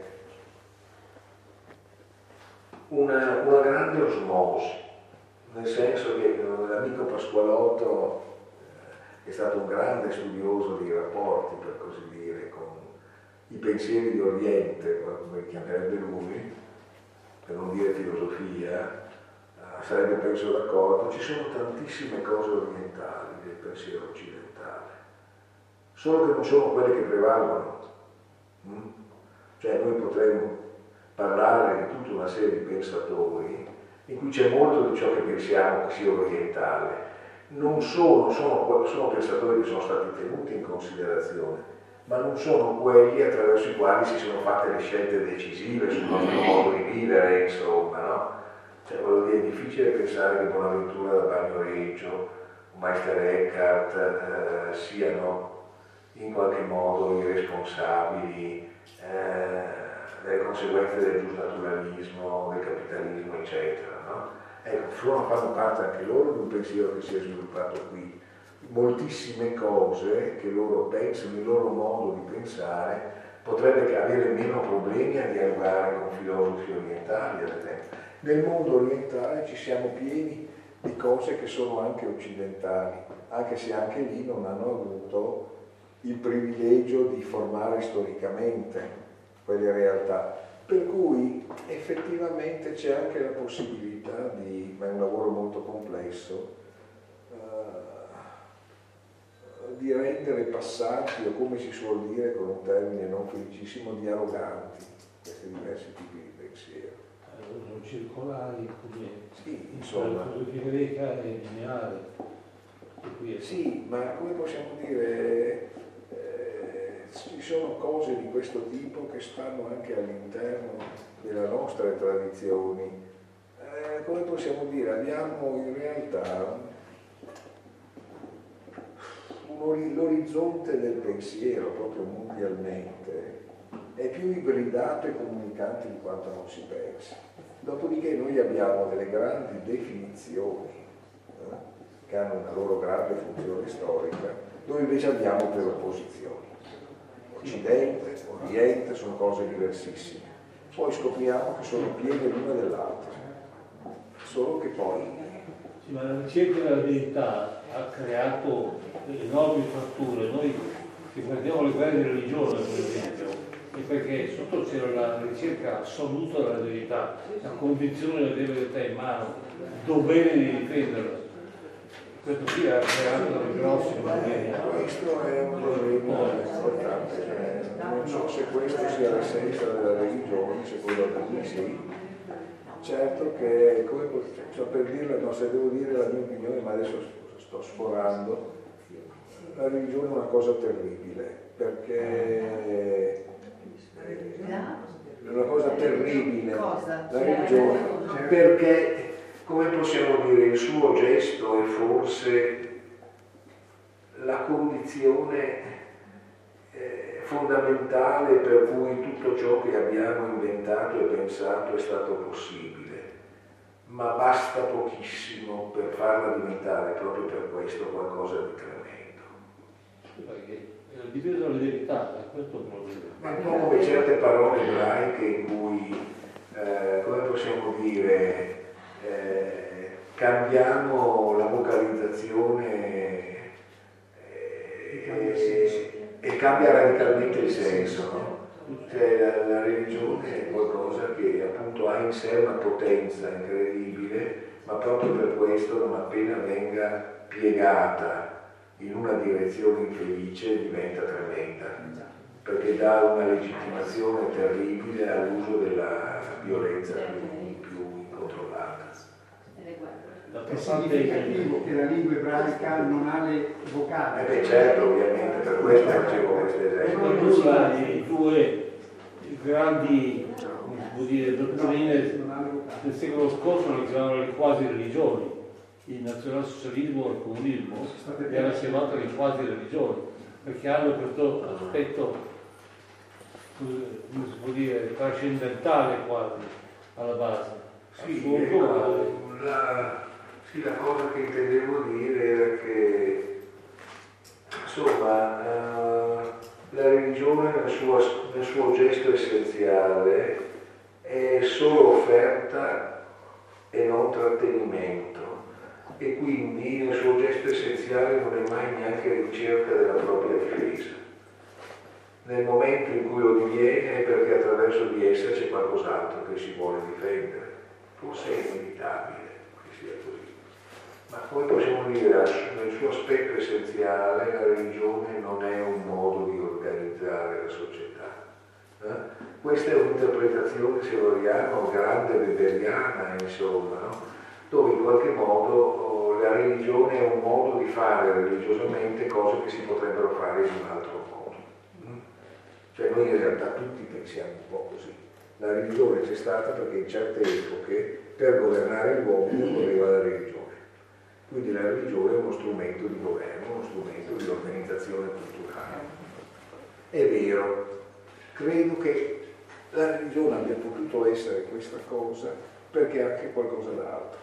una, una grande osmosi, nel senso che l'amico Pasqualotto, che è stato un grande studioso dei rapporti, per così dire, con i pensieri di Oriente, come li chiamerebbe lui, per non dire filosofia, eh, sarebbe penso d'accordo, ci sono tantissime cose orientali del pensiero occidentale, solo che non sono quelle che prevalgono. Mm? Cioè noi potremmo parlare di tutta una serie di pensatori in cui c'è molto di ciò che pensiamo che sia orientale. Non sono, sono, sono pensatori che sono stati tenuti in considerazione, ma non sono quelli attraverso i quali si sono fatte le scelte decisive sul nostro modo di vivere, insomma, no? Cioè, voglio dire, è difficile pensare che Bonaventura da Bagnoregio, Meister Eckhart eh, siano in qualche modo i responsabili eh, delle conseguenze del giusnaturalismo, del capitalismo, eccetera. No? Ecco, fanno parte anche loro di un pensiero che si è sviluppato qui. Moltissime cose che loro pensano, il loro modo di pensare, potrebbe avere meno problemi a dialogare con filosofi orientali, ad esempio. Nel mondo orientale ci siamo pieni di cose che sono anche occidentali, anche se anche lì non hanno avuto il privilegio di formare storicamente quelle realtà. Per cui effettivamente c'è anche la possibilità di, ma è un lavoro molto complesso, di rendere passanti, o come si suol dire con un termine non felicissimo, dialoganti questi diversi tipi di pensiero. Sono circolari, come sì, insomma. La filosofia greca è lineare. Sì, ma come possiamo dire, eh, ci sono cose di questo tipo che stanno anche all'interno delle nostre tradizioni. Eh, come possiamo dire, abbiamo in realtà l'orizzonte del pensiero proprio mondialmente è più ibridato e comunicante di quanto non si pensi. Dopodiché noi abbiamo delle grandi definizioni eh, che hanno una loro grande funzione storica, dove invece abbiamo delle opposizioni. Occidente, Oriente sono cose diversissime. Poi scopriamo che sono piene l'una dell'altra, solo che poi... Sì, ma la ricerca della verità ha creato enormi fratture. Noi che guardiamo le guerre di religione, per esempio, è perché sotto c'era la ricerca assoluta della verità, la convinzione di avere la verità in mano, il dovere di difenderla. Questo qui ha creato delle grosse problemi. Questo è un problema importante. Non so se questo sia l'essenza della religione, secondo me sì. Certo che, come, cioè per dirla, no, se devo dire la mia opinione, ma adesso sto sforando, la religione è una cosa terribile, perché è una cosa terribile, la religione, perché, come possiamo dire, il suo gesto è forse la condizione eh, fondamentale per cui tutto ciò che abbiamo inventato e pensato è stato possibile. Ma basta pochissimo per farla diventare proprio per questo qualcosa di tremendo. Perché è la difesa della verità, è questo il problema. Ma un po' come certe parole ebraiche in cui, eh, come possiamo dire, eh, cambiamo la vocalizzazione eh, e cambia radicalmente il senso, no? Cioè, la, la religione è qualcosa che appunto ha in sé una potenza incredibile, ma proprio per questo non appena venga piegata in una direzione infelice diventa tremenda, perché dà una legittimazione terribile all'uso della violenza più, più incontrollata. È significativo che la lingua ebraica non ha le vocali. Eh beh, certo, ovviamente, per questo facevo questo esempio. Nulla di due grandi, come si può dire, dottrine del secolo scorso le chiamavano le quasi religioni. Il nazionalsocialismo e il comunismo le hanno chiamate le quasi religioni, perché hanno questo aspetto, come si può dire, trascendentale quasi alla base. Sì, ecco, la, sì, la cosa che intendevo dire era che insomma eh, la religione nel suo, nel suo gesto essenziale è solo offerta e non trattenimento, e quindi nel suo gesto essenziale non è mai neanche ricerca della propria difesa. Nel momento in cui lo diviene è perché attraverso di essa c'è qualcos'altro che si vuole difendere. Forse è inevitabile che sia così, ma poi possiamo dire nel suo aspetto essenziale la religione non è un modo di organizzare la società. Eh? Questa è un'interpretazione, se vogliamo, grande weberiana, insomma, no? Dove in qualche modo oh, la religione è un modo di fare religiosamente cose che si potrebbero fare in un altro modo. Mm? Cioè noi in realtà tutti pensiamo un po' così. La religione c'è stata perché in certe epoche per governare l'uomo voleva la religione. Quindi la religione è uno strumento di governo, uno strumento di organizzazione culturale. È vero, credo che la religione abbia potuto essere questa cosa perché ha anche qualcosa d'altro.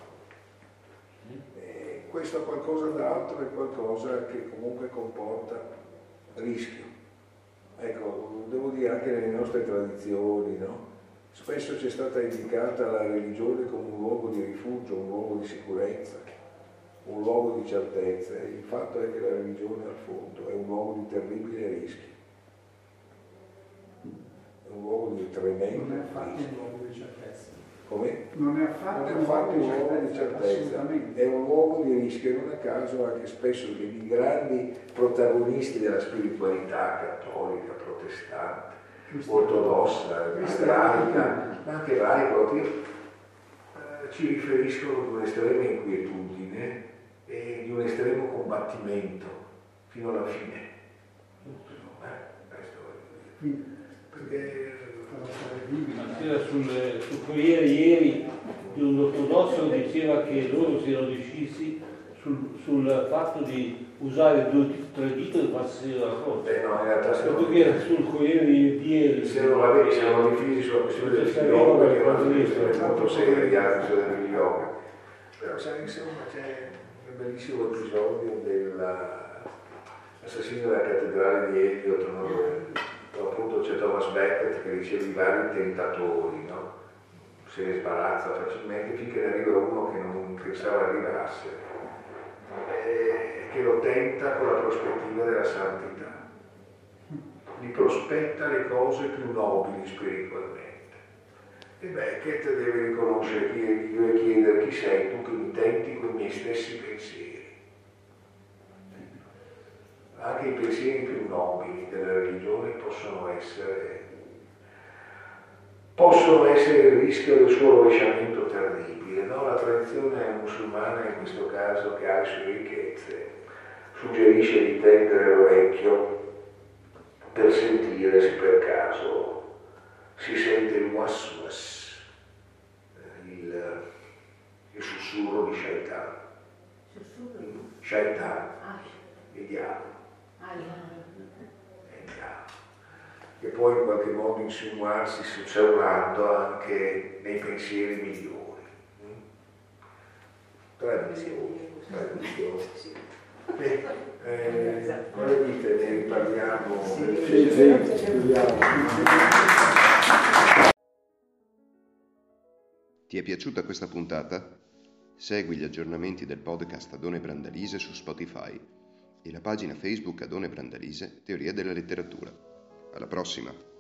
E questo qualcosa d'altro è qualcosa che comunque comporta rischio. Ecco, devo dire anche nelle nostre tradizioni, no? Spesso ci è stata indicata la religione come un luogo di rifugio, un luogo di sicurezza, un luogo di certezza. Il fatto è che la religione al fondo è un luogo di terribile rischio, è un luogo di tremendo non è affatto rischio. un luogo di certezza. Come? Non è affatto, Non è affatto un luogo di certezza, assolutamente. è un luogo di rischio, e non a caso anche spesso i grandi protagonisti della spiritualità cattolica, protestante, ortodossa, ebraica, ma anche laica, proprio, eh, ci riferiscono di un'estrema inquietudine e di un estremo combattimento fino alla fine. Eh, questo voglio dire. Perché c'era sul, sul Corriere ieri di un ortodosso che diceva che loro si erano decisi sul, sul fatto di usare due tre dita e farsi la croce. Eh no, in realtà se Dato che era sul Corriere di, di ieri. Se non vabbè, siamo diffisi sulla questione del yoga, perché è una questione molto seria di altri del yoga. Però sai, insomma, c'è un bellissimo episodio dell'assassinio della cattedrale di Eliot, no? Appunto c'è Thomas Becket che riceve i vari tentatori, no? Se ne sbarazza facilmente finché ne arriva uno che non pensava arrivasse, e che lo tenta con la prospettiva della santità, gli prospetta le cose più nobili spiritualmente. E Becket deve riconoscere chi è Dio e chiedere: chi sei tu che mi tenti con i miei stessi pensieri? Anche i pensieri più nobili della religione possono essere, possono essere il rischio del suo rovesciamento terribile. No? La tradizione musulmana, in questo caso, che ha le sue ricchezze, suggerisce di tendere l'orecchio per sentire se per caso si sente il waswas, il, il sussurro di Shaitan. Shaitan, il diavolo. È il diavolo, che può in qualche modo insinuarsi sussurrando anche nei pensieri migliori. Tradizioni, tradizioni. Beh, eh, cosa dite? Ne riparliamo? Sì, sì, Ti è piaciuta questa puntata? Segui gli aggiornamenti del podcast Adone Brandalise su Spotify e la pagina Facebook Adone Brandalise Teoria della letteratura. Alla prossima!